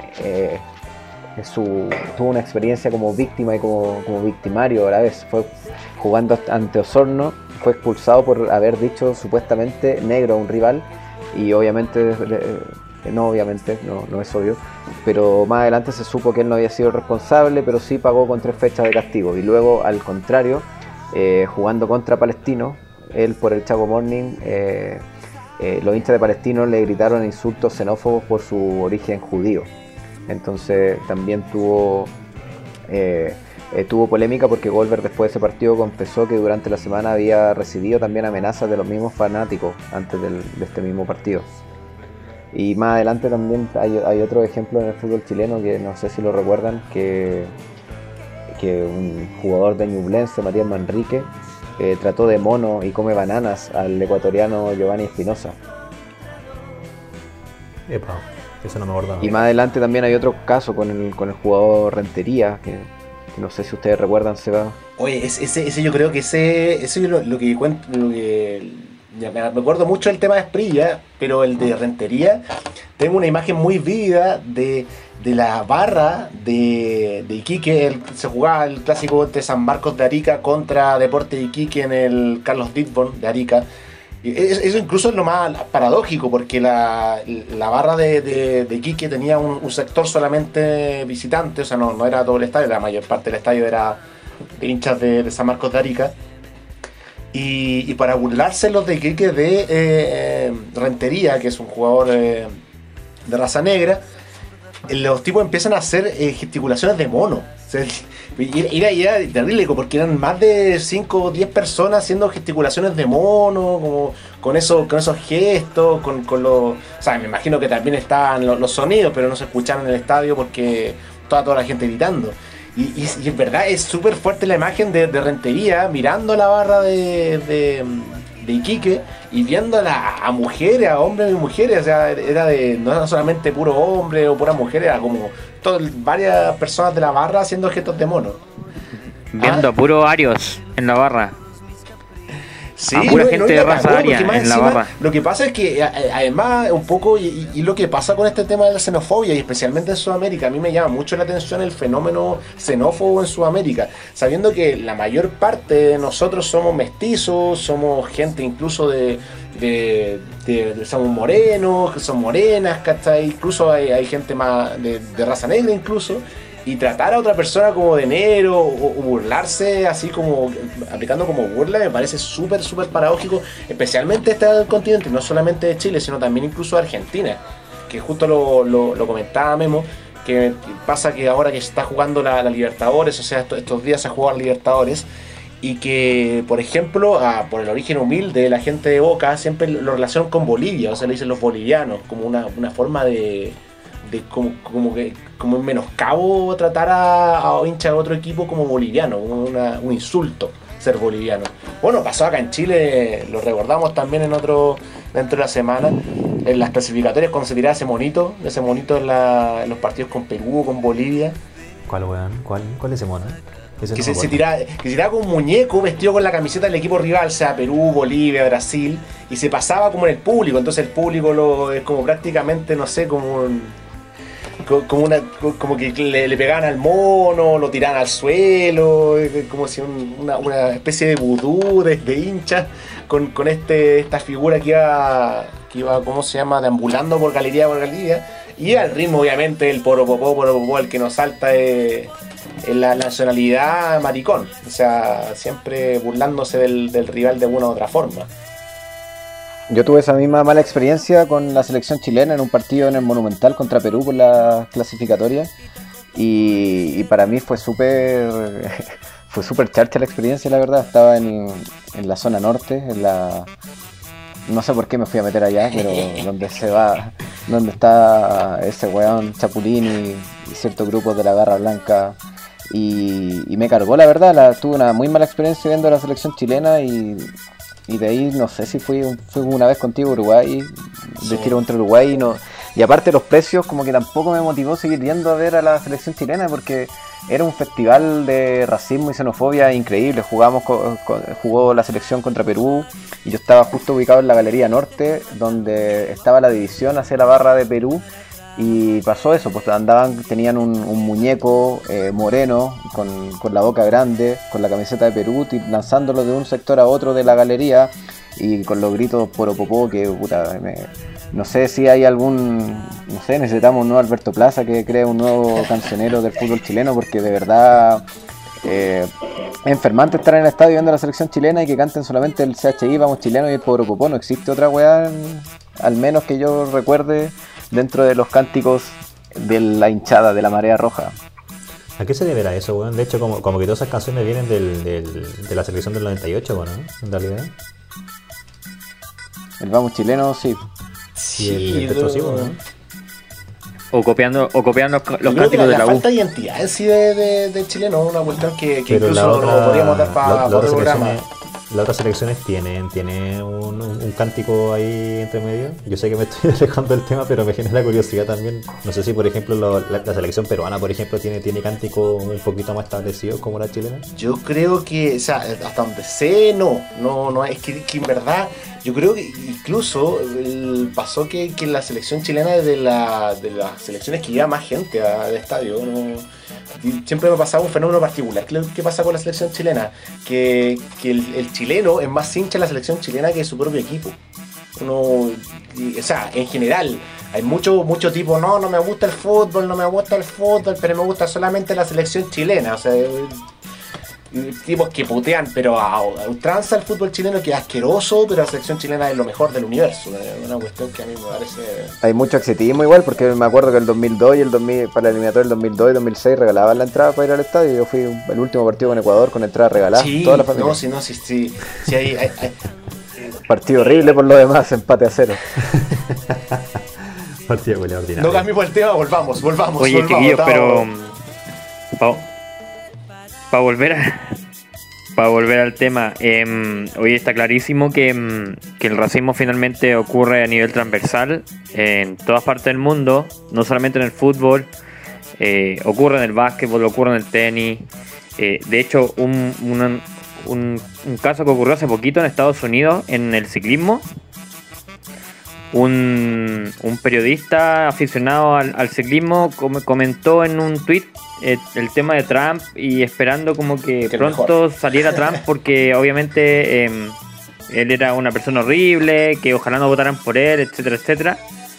tuvo una experiencia como víctima y como victimario a la vez. Fue jugando ante Osorno, fue expulsado por haber dicho supuestamente negro a un rival, y obviamente no es obvio, pero más adelante se supo que él no había sido responsable, pero sí pagó con 3 fechas de castigo. Y luego, al contrario, jugando contra Palestino, él por el Chaco Morning, los hinchas de Palestino le gritaron insultos xenófobos por su origen judío. Entonces también tuvo polémica porque Goldberg, después de ese partido, confesó que durante la semana había recibido también amenazas de los mismos fanáticos antes de este mismo partido. Y más adelante también hay otro ejemplo en el fútbol chileno que no sé si lo recuerdan, que un jugador de Ñublense, Matías Manrique, trató de mono y come bananas al ecuatoriano Giovanni Espinosa. Epa, eso no me acordaba. Y más adelante también hay otro caso con el jugador Rentería, que no sé si ustedes recuerdan, Seba. Oye, ese yo creo que ese es lo que cuento, ya me acuerdo mucho del tema de Asprilla, pero el de Rentería, tengo una imagen muy vívida de la barra de Iquique. Se jugaba el clásico entre San Marcos de Arica contra Deportes de Iquique en el Carlos Ditborn de Arica. Y eso incluso es lo más paradójico, porque la barra de Iquique tenía un sector solamente visitante, o sea, no era todo el estadio, la mayor parte del estadio era de hinchas de San Marcos de Arica. Y para burlarse los de Iquique de Rentería, que es un jugador de raza negra, los tipos empiezan a hacer gesticulaciones de mono. O sea, era terrible, porque eran más de 5 o 10 personas haciendo gesticulaciones de mono, como con esos gestos, con los... O sea, me imagino que también estaban los sonidos, pero no se escucharon en el estadio porque toda la gente gritando. Y en verdad es súper fuerte la imagen de Rentería mirando la barra de Iquique y viendo a mujeres, a hombres y mujeres. O sea, no era solamente puro hombre o pura mujer, era como varias personas de la barra haciendo gestos de mono. Viendo a puro arios en la barra. Sí, a pura gente de raza aria en la barra. Lo que pasa es que además un poco, y lo que pasa con este tema de la xenofobia, y especialmente en Sudamérica, a mí me llama mucho la atención el fenómeno xenófobo en Sudamérica, sabiendo que la mayor parte de nosotros somos mestizos, somos gente incluso somos morenos, que son morenas, ¿cachai? Incluso hay gente más de raza negra incluso. Y tratar a otra persona como de negro o burlarse así como aplicando como burla me parece súper paradójico, especialmente este continente, no solamente de Chile, sino también incluso de Argentina, que justo lo comentaba Memo, que pasa que ahora que se está jugando la Libertadores, o sea, estos días se ha jugado la Libertadores, y que, por ejemplo, por el origen humilde de la gente de Boca, siempre lo relacionan con Bolivia, o sea, le dicen los bolivianos, como una forma de como en menoscabo tratar a hincha de otro equipo como boliviano, como un insulto ser boliviano. Bueno, pasó acá en Chile, lo recordamos también dentro de la semana, en las clasificatorias, cuando se tiraba ese monito en los partidos con Perú o con Bolivia. ¿Cuál, weón? ¿Cuál es ese mono? Que se tiraba con un muñeco vestido con la camiseta del equipo rival, sea Perú, Bolivia, Brasil, y se pasaba como en el público. Entonces el público es como prácticamente, no sé, como que le pegaban al mono, lo tiraban al suelo, como si una especie de vudú de hinchas con esta figura que iba que iba, ¿cómo se llama?, deambulando por galería, y al ritmo obviamente el poropopó, el que nos salta es la nacionalidad maricón, o sea, siempre burlándose del rival de una u otra forma. Yo tuve esa misma mala experiencia con la selección chilena en un partido en el Monumental contra Perú por la clasificatoria, y para mí fue súper charcha la experiencia, la verdad. Estaba en la zona norte, no sé por qué me fui a meter allá, pero donde está ese weón Chapulín y ciertos grupos de la Garra Blanca, y me cargó, la verdad. Tuve una muy mala experiencia viendo la selección chilena, y de ahí no sé si fui una vez contigo a Uruguay, de tiro contra Uruguay, y aparte los precios como que tampoco me motivó seguir yendo a ver a la selección chilena, porque era un festival de racismo y xenofobia increíble. Jugó la selección contra Perú, y yo estaba justo ubicado en la Galería Norte, donde estaba la división hacia la barra de Perú, y pasó eso, pues tenían un muñeco moreno con la boca grande, con la camiseta de Perú, lanzándolo de un sector a otro de la galería, y con los gritos poropopó, que puta, no sé si hay necesitamos un nuevo Alberto Plaza que cree un nuevo cancionero del fútbol chileno, porque de verdad es enfermante estar en el estadio viendo a la selección chilena y que canten solamente el CHI, vamos chileno, y el poropopó. No existe otra weá, al menos que yo recuerde, dentro de los cánticos de la hinchada de la Marea Roja. ¿A qué se deberá eso, weón? De hecho, como que todas esas canciones vienen de la selección del 98, bueno, en realidad. El vamos chileno, sí. Sí, el explosivo, ¿no? O copiando los cánticos de la U. Falta de identidad en sí de chileno, una cuestión que incluso lo podríamos dar para otro programa. Las otras selecciones tienen un cántico ahí entre medio. Yo sé que me estoy alejando del tema, pero me genera curiosidad también. No sé si, por ejemplo, la selección peruana, por ejemplo, tiene cántico un poquito más establecido como la chilena. Yo creo que, o sea, hasta donde sé, no, es que en verdad, yo creo que incluso pasó que la selección chilena es de las selecciones que lleva más gente al estadio, ¿no? Siempre me ha pasado un fenómeno particular. ¿Qué pasa con la selección chilena? Que el chileno es más hincha de la selección chilena que de su propio equipo. O sea, en general, hay mucho tipo, no me gusta el fútbol, pero me gusta solamente la selección chilena. O sea, tipos que putean, pero a ultranza el fútbol chileno, que es asqueroso, pero la selección chilena es lo mejor del universo. Es una cuestión que a mí me parece... Hay mucho exitismo igual, porque me acuerdo que el 2002 para la eliminatoria del 2002 y 2006 regalaban la entrada para ir al estadio. Yo fui el último partido con Ecuador con entrada regalada, sí, toda la familia. Sí, hay... Partido horrible por lo demás, empate a 0. Partido ordinario. No cambiemos el tema, volvamos. Oye, chiquillos, pero... Para volver al tema, hoy está clarísimo que el racismo finalmente ocurre a nivel transversal en todas partes del mundo, no solamente en el fútbol, ocurre en el básquetbol, ocurre en el tenis. De hecho, un caso que ocurrió hace poquito en Estados Unidos en el ciclismo. Un periodista aficionado al ciclismo comentó en un tweet el tema de Trump, y esperando como que pronto saliera Trump, porque obviamente él era una persona horrible, que ojalá no votaran por él, etcétera.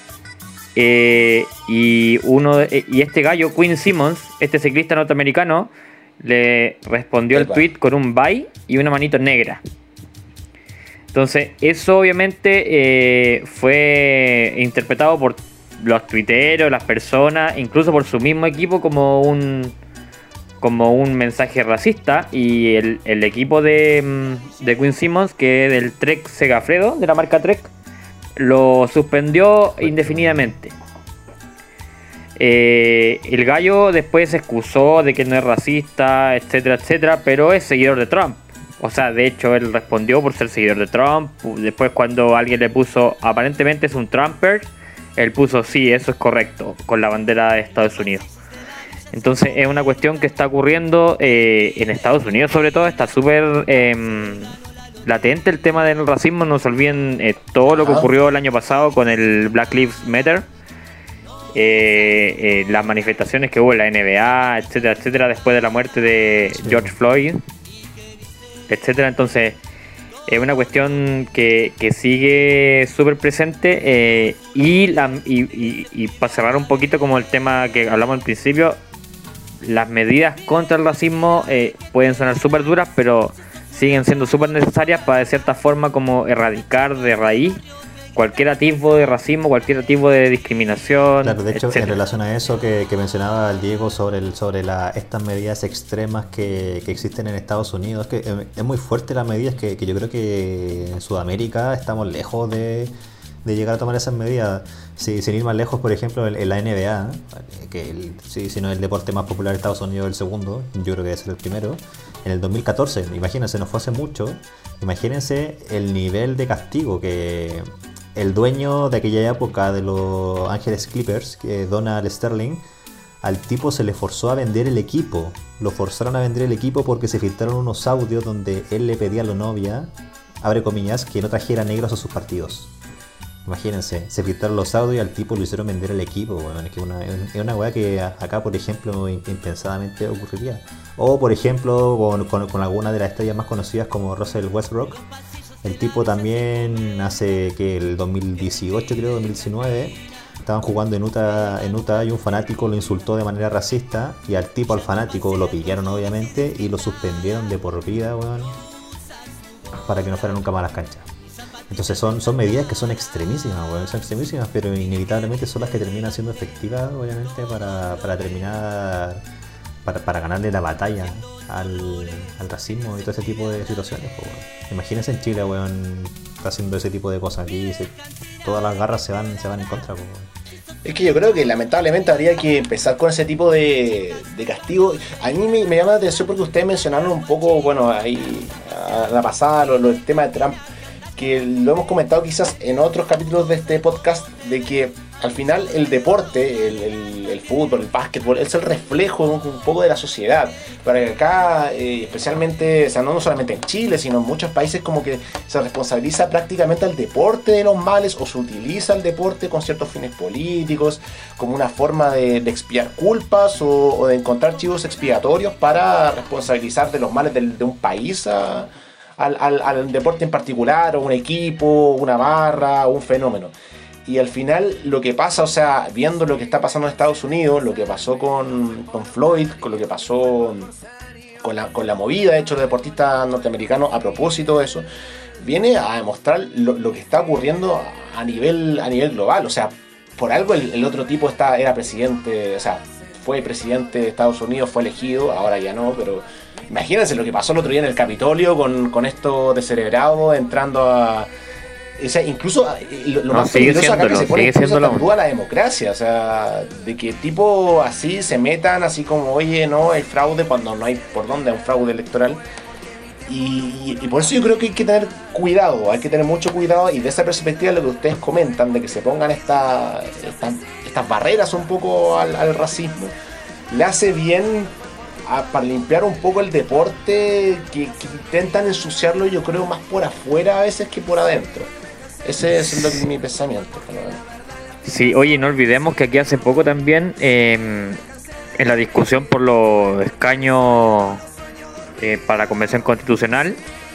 Y este gallo, Quinn Simmons, este ciclista norteamericano, le respondió el tweet con un bye y una manito negra. Entonces, eso obviamente fue interpretado por los tuiteros, las personas, incluso por su mismo equipo, como un mensaje racista. Y el equipo de Quinn Simmons, que es del Trek Segafredo, de la marca Trek, lo suspendió indefinidamente. El gallo después se excusó de que no es racista, etcétera, pero es seguidor de Trump. O sea, de hecho, él respondió por ser seguidor de Trump. Después, cuando alguien le puso, aparentemente es un Trumper, él puso, sí, eso es correcto, con la bandera de Estados Unidos. Entonces, es una cuestión que está ocurriendo en Estados Unidos, sobre todo. Está súper latente el tema del racismo. No se olviden todo lo que ocurrió el año pasado con el Black Lives Matter. Las manifestaciones que hubo en la NBA, etcétera, después de la muerte de George Floyd, etcétera. Entonces, es una cuestión que sigue súper presente, y para cerrar un poquito como el tema que hablamos al principio, las medidas contra el racismo pueden sonar súper duras, pero siguen siendo súper necesarias para de cierta forma como erradicar de raíz cualquier atisbo de racismo, cualquier atisbo de discriminación. Claro, de hecho, etcétera. en relación a eso que mencionaba el Diego sobre estas medidas extremas que existen en Estados Unidos, que es muy fuerte las medidas que yo creo que en Sudamérica estamos lejos de llegar a tomar esas medidas. Sin ir más lejos, por ejemplo, en la NBA, si no es el deporte más popular de Estados Unidos, el segundo, yo creo que debe ser el primero. En el 2014, imagínense, no fue hace mucho, imagínense el nivel de castigo que el dueño de aquella época de los Ángeles Clippers, Donald Sterling, al tipo se le forzó a vender el equipo. Lo forzaron a vender el equipo porque se filtraron unos audios donde él le pedía a la novia, abre comillas, que no trajera negros a sus partidos. Imagínense, se filtraron los audios y al tipo lo hicieron vender el equipo. Bueno, es una weá que acá, por ejemplo, impensadamente ocurriría. O, por ejemplo, con alguna de las estrellas más conocidas como Russell Westbrook. El tipo también hace que el 2018, creo, 2019, estaban jugando en Utah y un fanático lo insultó de manera racista y al fanático lo pillaron obviamente y lo suspendieron de por vida, weón, para que no fuera nunca más a las canchas. Entonces son medidas que son extremísimas, weón, son extremísimas, pero inevitablemente son las que terminan siendo efectivas, obviamente, para terminar, para ganarle la batalla al racismo y todo ese tipo de situaciones, pues, weón. Imagínense en Chile, weón, haciendo ese tipo de cosas aquí, todas las garras se van en contra, pues, weón. Es que yo creo que lamentablemente habría que empezar con ese tipo de castigo. A mí me llama la atención porque ustedes mencionaron un poco, bueno, ahí a la pasada, el tema de Trump, que lo hemos comentado quizás en otros capítulos de este podcast, de que al final el deporte, el fútbol, el básquetbol, es el reflejo un poco de la sociedad. Para que acá, especialmente, o sea, no solamente en Chile, sino en muchos países, como que se responsabiliza prácticamente al deporte de los males, o se utiliza el deporte con ciertos fines políticos, como una forma de expiar culpas o de encontrar chivos expiatorios para responsabilizar de los males de un país al deporte en particular, o un equipo, una barra, o un fenómeno. Y al final lo que pasa, o sea, viendo lo que está pasando en Estados Unidos, lo que pasó con Floyd, con lo que pasó con la movida, de hecho, los deportistas norteamericanos, a propósito de eso, viene a demostrar lo que está ocurriendo a nivel global. O sea, por algo el otro tipo era presidente, o sea, fue presidente de Estados Unidos, fue elegido, ahora ya no, pero imagínense lo que pasó el otro día en el Capitolio con estos descerebrados entrando a... O sea, incluso lo más peligroso acá que se pone incluso hasta en duda la democracia. O sea, de que tipo así se metan así como, oye, no, hay fraude cuando no hay por dónde, hay un fraude electoral. Y por eso yo creo que hay que tener cuidado, hay que tener mucho cuidado, y de esa perspectiva lo que ustedes comentan, de que se pongan estas barreras un poco al racismo, le hace bien para limpiar un poco el deporte, que intentan ensuciarlo, yo creo, más por afuera a veces que por adentro. Ese es mi pensamiento. Sí, oye, no olvidemos que aquí hace poco también, en la discusión por los escaños para la Convención Constitucional,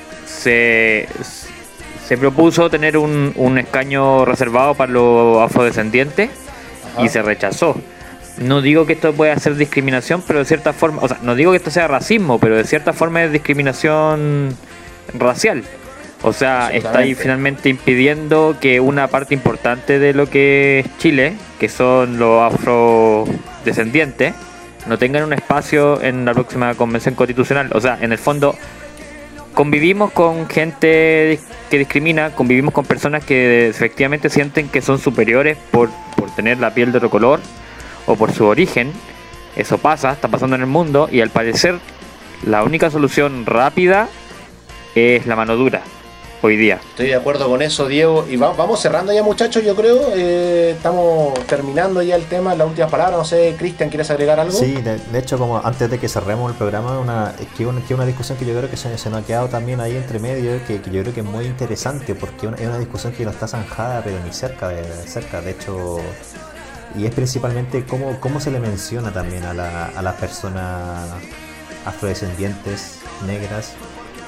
se propuso tener un escaño reservado para los afrodescendientes. Ajá. Y se rechazó. No digo que esto pueda ser discriminación, pero de cierta forma, o sea, no digo que esto sea racismo, pero de cierta forma es discriminación racial. O sea, está ahí finalmente impidiendo que una parte importante de lo que es Chile, que son los afrodescendientes, no tengan un espacio en la próxima Convención Constitucional. O sea, en el fondo, convivimos con gente que discrimina, convivimos con personas que efectivamente sienten que son superiores por tener la piel de otro color o por su origen. Eso está pasando en el mundo, y al parecer la única solución rápida es la mano dura hoy día. Estoy de acuerdo con eso, Diego, y vamos cerrando ya, muchachos. Yo creo estamos terminando ya el tema, las últimas palabras. No sé, Cristian, ¿quieres agregar algo? Sí, de hecho, como antes de que cerremos el programa, una discusión que yo creo que se nos ha quedado también ahí entre medio, que yo creo que es muy interesante, porque es una discusión que no está zanjada, pero ni cerca, de hecho. Y es principalmente cómo se le menciona también a las personas afrodescendientes, negras,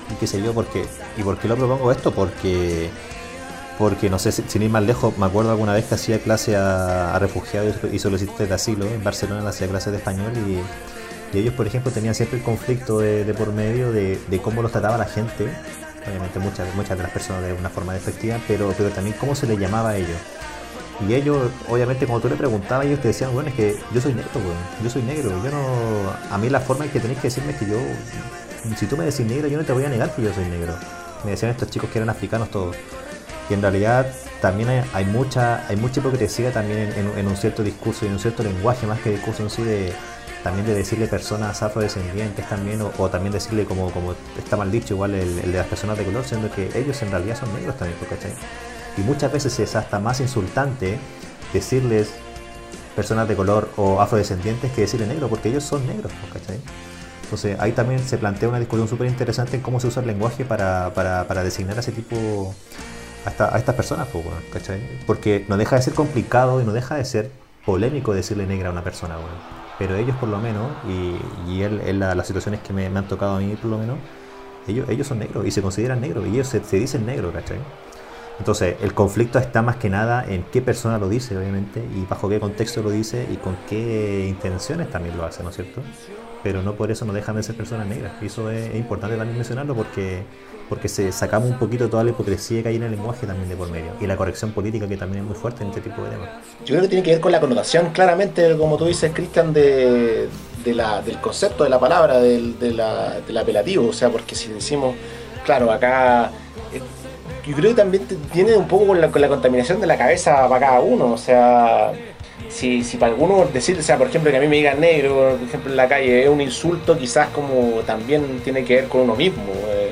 y qué sé yo, ¿por qué lo propongo esto? Porque no sé, sin ir más lejos, me acuerdo alguna vez que hacía clase a refugiados y solicitantes de asilo en Barcelona, hacía clases de español y ellos, por ejemplo, tenían siempre el conflicto de por medio de cómo los trataba la gente, obviamente muchas de las personas de una forma despectiva, pero también cómo se les llamaba a ellos. Y ellos, obviamente, cuando tú le preguntabas, ellos te decían, bueno, es que yo soy negro, bueno, yo soy negro, yo no... A mí la forma en que tenéis que decirme es que yo... Si tú me decís negro, yo no te voy a negar que yo soy negro. Me decían estos chicos que eran africanos todos. Y en realidad también hay mucha hipocresía también en un cierto discurso y en un cierto lenguaje, más que discurso en sí, también de decirle personas afrodescendientes también, o también decirle como está mal dicho igual el de las personas de color, siendo que ellos en realidad son negros también, ¿cachai? Y muchas veces es hasta más insultante decirles personas de color o afrodescendientes que decirle negro, porque ellos son negros, ¿cachai? Entonces ahí también se plantea una discusión súper interesante en cómo se usa el lenguaje para designar a ese tipo, a estas personas, ¿cachai? Porque no deja de ser complicado y no deja de ser polémico decirle negra a una persona, pero ellos por lo menos, y las situaciones que me han tocado a mí por lo menos, ellos son negros y se consideran negros y ellos se dicen negros, ¿cachai? Entonces el conflicto está más que nada en qué persona lo dice, obviamente, y bajo qué contexto lo dice y con qué intenciones también lo hace, ¿no es cierto? Pero no por eso no dejan de ser personas negras, y eso es importante también mencionarlo porque sacamos un poquito toda la hipocresía que hay en el lenguaje también de por medio, y la corrección política que también es muy fuerte en este tipo de temas. Yo creo que tiene que ver con la connotación, claramente, como tú dices, Cristian, del concepto de la palabra, del apelativo, o sea, porque si decimos, claro, acá... Yo creo que también tiene un poco con la contaminación de la cabeza para cada uno, o sea, si para algunos decir, o sea, por ejemplo, que a mí me digan negro, por ejemplo, en la calle, es un insulto, quizás como también tiene que ver con uno mismo,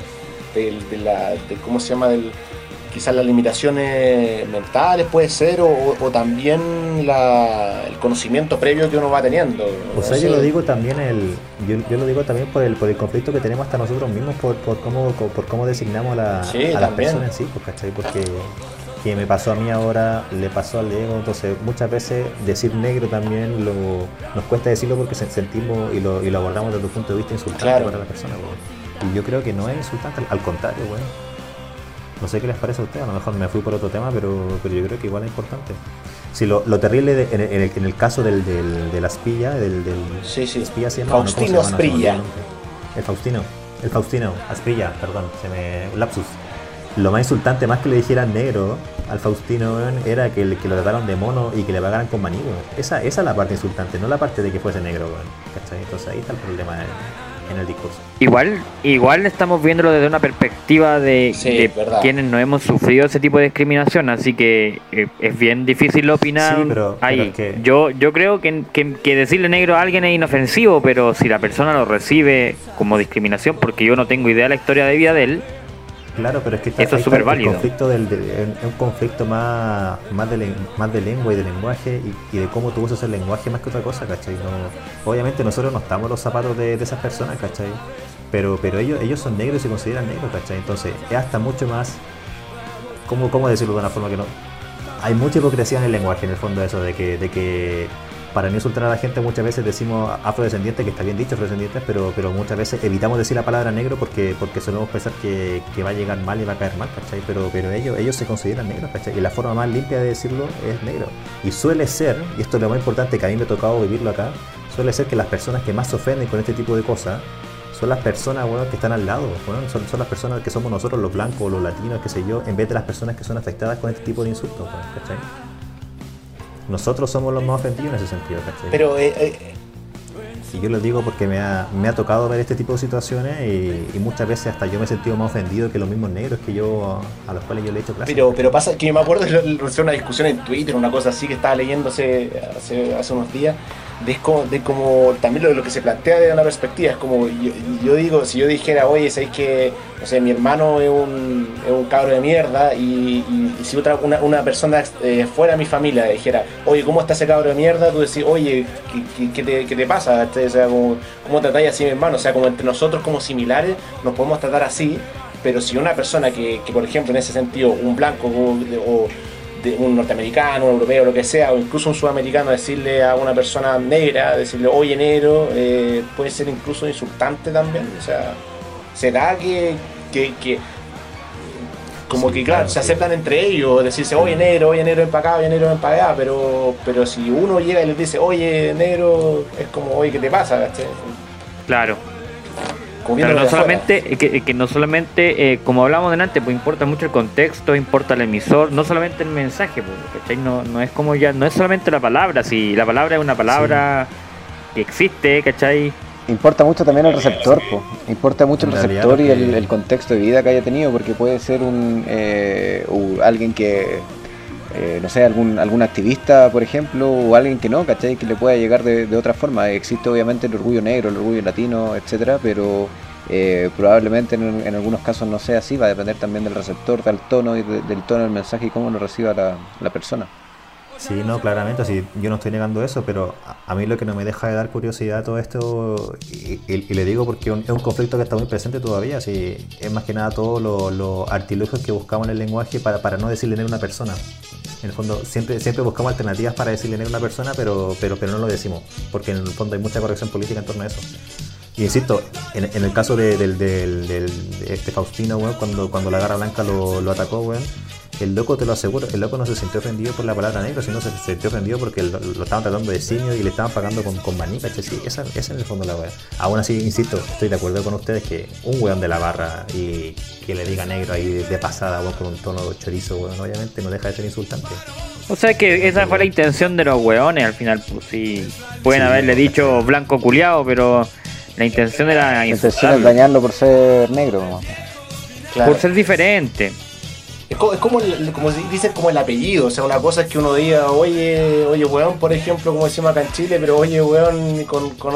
de cómo se llama, quizás las limitaciones mentales puede ser, o también el conocimiento previo que uno va teniendo. O sea, yo lo digo también yo lo digo también por el conflicto que tenemos hasta nosotros mismos por cómo designamos a las personas en sí, ¿cachai? Porque que me pasó a mí ahora, le pasó al Diego, entonces muchas veces decir negro también nos cuesta decirlo porque sentimos y lo abordamos desde un punto de vista insultante para la persona, y yo creo que no es insultante, al contrario, No sé qué les parece a ustedes, a lo mejor me fui por otro tema, pero yo creo que igual es importante. Si lo terrible en el caso del Asprilla, sí. Asprilla se llama, Faustino Asprilla. El Faustino Asprilla, perdón, lapsus. Lo más insultante, más que le dijeran negro al Faustino, era que lo trataron de mono y que le pagaran con maní, Esa es la parte insultante, no la parte de que fuese negro, ¿cachai? Entonces ahí está el problema en el discurso. Igual estamos viéndolo desde una perspectiva de quienes no hemos sufrido ese tipo de discriminación, así que es bien difícil opinar. Sí, pero es que... yo creo que decirle negro a alguien es inofensivo, pero si la persona lo recibe como discriminación, porque yo no tengo idea de la historia de vida de él. Claro, pero es que eso es súper válido. Es un conflicto más de lengua y de lenguaje y de cómo tú usas el lenguaje más que otra cosa, ¿cachai? Obviamente nosotros no estamos en los zapatos de esas personas, ¿cachai? Pero ellos son negros y se consideran negros, ¿cachai? Entonces es hasta mucho más... ¿Cómo decirlo de una forma que no? Hay mucha hipocresía en el lenguaje, en el fondo, eso de que para no insultar a la gente muchas veces decimos afrodescendientes, que está bien dicho afrodescendientes, pero muchas veces evitamos decir la palabra negro porque solemos pensar que va a llegar mal y va a caer mal, ¿cachai? Pero ellos se consideran negros, ¿cachai? Y la forma más limpia de decirlo es negro. Y suele ser, y esto es lo más importante que a mí me ha tocado vivirlo acá, suele ser que las personas que más se ofenden con este tipo de cosas son las personas, que están al lado, son las personas que somos nosotros, los blancos o los latinos, qué sé yo, en vez de las personas que son afectadas con este tipo de insultos, ¿cachai? Nosotros somos los más ofendidos en ese sentido, ¿cachai? Pero y yo lo digo porque me ha tocado ver este tipo de situaciones y muchas veces hasta yo me he sentido más ofendido que los mismos negros a los cuales yo le he hecho clase. Pero pasa que me acuerdo de una discusión en Twitter, una cosa así que estaba leyendo hace unos días, de como también lo que se plantea de una perspectiva. Es como yo digo, si yo dijera, oye, ¿sabéis que, no sé, mi hermano es un cabro de mierda y si una persona fuera de mi familia dijera, oye, ¿cómo está ese cabro de mierda? Tú decís, oye, ¿qué te pasa? O sea, ¿cómo tratáis así a mi hermano? O sea, como entre nosotros como similares nos podemos tratar así, pero si una persona que por ejemplo, en ese sentido, un blanco o un norteamericano, un europeo, lo que sea, o incluso un sudamericano, decirle a una persona negra, decirle oye negro, puede ser incluso insultante también. O sea, ¿será que que como que claro, se aceptan entre ellos, decirse, oye negro ven para acá, oye negro ven para allá, pero si uno llega y les dice, oye negro, es como, oye, ¿qué te pasa? ¿Cachai? Claro. Pero no solamente, que no solamente, como hablamos delante, pues importa mucho el contexto, importa el emisor, no solamente el mensaje, pues, ¿cachai? No es como ya, no es solamente la palabra, si la palabra es una palabra que existe, ¿cachai? Importa mucho también el receptor, po. Importa mucho el receptor y el contexto de vida que haya tenido, porque puede ser alguien que, no sé, algún activista, por ejemplo, o alguien que no, ¿cachai? Que le pueda llegar de otra forma. Existe obviamente el orgullo negro, el orgullo latino, etcétera, pero probablemente en algunos casos no sea así, va a depender también del receptor, del tono y del tono del mensaje y cómo lo reciba la persona. Sí, no, claramente, sí, yo no estoy negando eso, pero a mí lo que no me deja de dar curiosidad todo esto, y le digo porque es un conflicto que está muy presente todavía, sí, es más que nada todos los artilugios que buscamos en el lenguaje para no decirle negro a una persona. En el fondo, siempre buscamos alternativas para decirle negro a una persona, pero no lo decimos, porque en el fondo hay mucha corrección política en torno a eso. Y insisto, en el caso de Faustino, weón, cuando la Garra Blanca lo atacó, weón, el loco, te lo aseguro, el loco no se sintió ofendido por la palabra negro, sino se sintió ofendido porque lo estaban tratando de simio y le estaban pagando con maní, ¿cachai? Sí, esa es en el fondo la weá. Aún así, insisto, estoy de acuerdo con ustedes que un weón de la barra y que le diga negro ahí de pasada, weón, con un tono chorizo, weón, obviamente no deja de ser insultante. O sea que esa fue la intención de los weones al final, pues sí, pueden haberle dicho blanco culiao, pero la intención era insultarlo. La intención es dañarlo por ser negro, ¿no? Claro. Por ser diferente. Es como dicen, como el apellido, o sea, una cosa es que uno diga, oye weón, por ejemplo, como decimos acá en Chile, pero oye weón con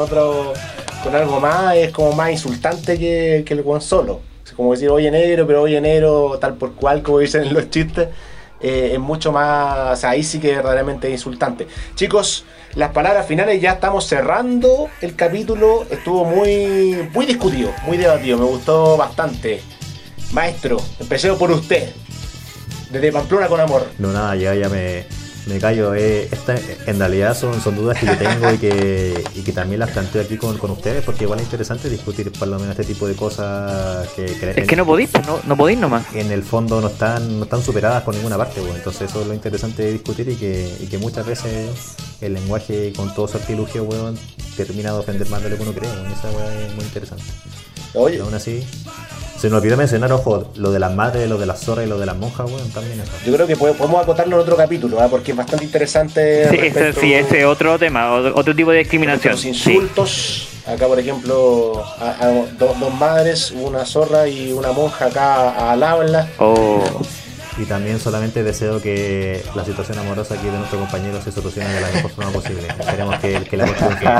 algo más, es como más insultante que el weón solo. Es como decir oye negro, pero oye negro tal por cual, como dicen en los chistes, es mucho más, o sea, ahí sí que verdaderamente es insultante. Chicos, las palabras finales, ya estamos cerrando el capítulo, estuvo muy discutido, muy debatido, me gustó bastante. Maestro, empecemos por usted. Desde Pamplona con amor. No, nada, ya me callo. En realidad son dudas que yo tengo y que también las planteo aquí con ustedes, porque igual es interesante discutir por lo menos este tipo de cosas es que no podéis nomás. En el fondo no están superadas por ninguna parte, pues. Entonces eso es lo interesante de discutir y que muchas veces el lenguaje con todo su artilugio, weón, termina de ofender más de lo que uno cree, weón. Esa weón es muy interesante. Oye. Pero aún así, se nos olvidó mencionar, ojo, lo de las madres, lo de las zorras y lo de las monjas, weón, también eso. Yo creo que podemos acotarlo en otro capítulo, porque es bastante interesante. Sí, ese es otro tema, otro tipo de discriminación. Los insultos, acá por ejemplo, a dos madres, una zorra y una monja acá al habla. Oh. Y también solamente deseo que la situación amorosa aquí de nuestro compañero se solucione de la mejor forma posible. Esperemos que la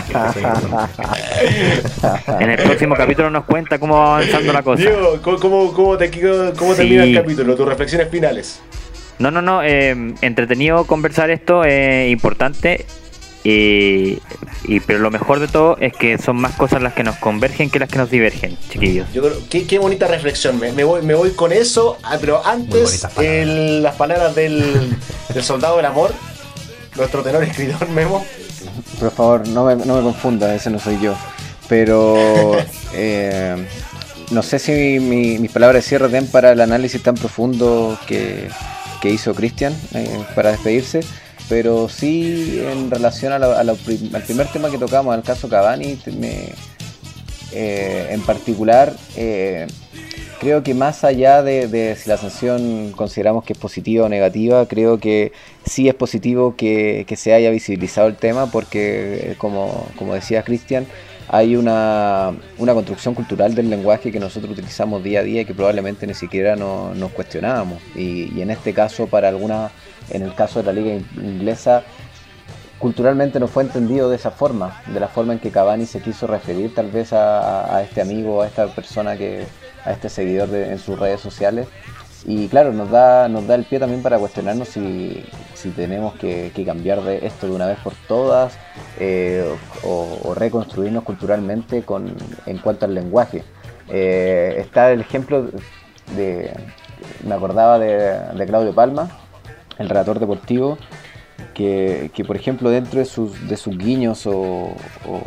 En el próximo capítulo nos cuenta cómo va avanzando la cosa. Diego, ¿cómo termina el capítulo? Tus reflexiones finales. No, entretenido conversar esto, importante. Pero lo mejor de todo es que son más cosas las que nos convergen que las que nos divergen, chiquillos. Yo creo qué bonita reflexión. Me voy con eso, pero antes las palabras del soldado del amor, nuestro tenor escritor Memo. Por favor, no me confunda, ese no soy yo. Pero no sé si mis palabras de cierre den para el análisis tan profundo que hizo Cristian para despedirse. Pero sí, en relación al primer tema que tocamos, al caso Cavani, en particular, creo que más allá de si la sanción consideramos que es positiva o negativa, creo que sí es positivo que se haya visibilizado el tema, porque como decía Cristian, hay una construcción cultural del lenguaje que nosotros utilizamos día a día y que probablemente ni siquiera nos cuestionábamos. Y en este caso, en el caso de la liga inglesa, culturalmente no fue entendido de esa forma, de la forma en que Cavani se quiso referir tal vez a este amigo, a esta persona, a este seguidor en sus redes sociales. Y claro, nos da el pie también para cuestionarnos si tenemos que cambiar de esto de una vez por todas, o reconstruirnos culturalmente en cuanto al lenguaje. Está el ejemplo me acordaba de Claudio Palma, el relator deportivo, que por ejemplo dentro de sus guiños o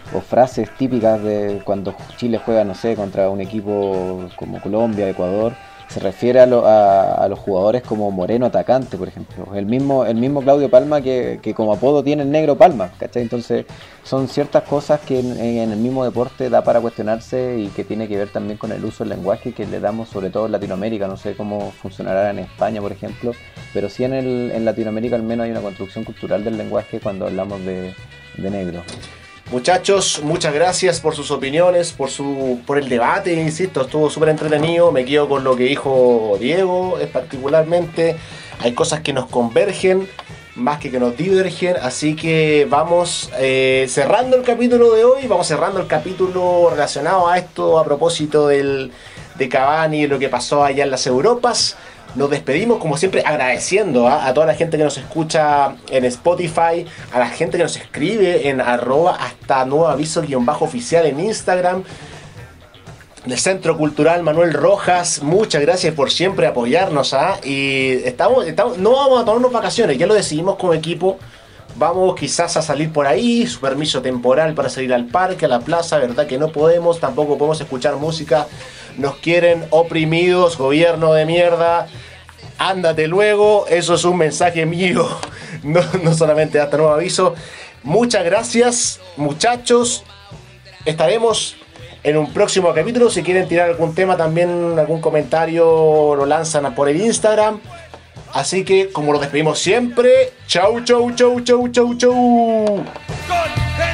o frases típicas de cuando Chile juega, no sé, contra un equipo como Colombia, Ecuador, se refiere a los jugadores como Moreno atacante, por ejemplo. El mismo Claudio Palma que como apodo tiene el Negro Palma, ¿cachai? Entonces son ciertas cosas que en el mismo deporte da para cuestionarse y que tiene que ver también con el uso del lenguaje que le damos, sobre todo en Latinoamérica. No sé cómo funcionará en España, por ejemplo, pero sí en Latinoamérica al menos hay una construcción cultural del lenguaje cuando hablamos de negro. Muchachos, muchas gracias por sus opiniones, por el debate, insisto, estuvo súper entretenido. Me quedo con lo que dijo Diego, particularmente. Hay cosas que nos convergen, más que nos divergen, así que vamos cerrando el capítulo de hoy, vamos cerrando el capítulo relacionado a esto, a propósito de Cavani y lo que pasó allá en las Europas. Nos despedimos como siempre agradeciendo a toda la gente que nos escucha en Spotify, a la gente que nos escribe en @hasta_nuevoaviso_oficial en Instagram, del Centro Cultural Manuel Rojas. Muchas gracias por siempre apoyarnos. Y no vamos a tomarnos vacaciones, ya lo decidimos como equipo. Vamos quizás a salir por ahí, su permiso temporal para salir al parque, a la plaza, verdad que no podemos, tampoco podemos escuchar música. Nos quieren oprimidos, gobierno de mierda. Ándate luego, eso es un mensaje mío, no solamente hasta nuevo aviso. Muchas gracias, muchachos. Estaremos en un próximo capítulo. Si quieren tirar algún tema también, algún comentario, lo lanzan por el Instagram. Así que, como lo despedimos siempre, chau, chau, chau, chau, chau, chau.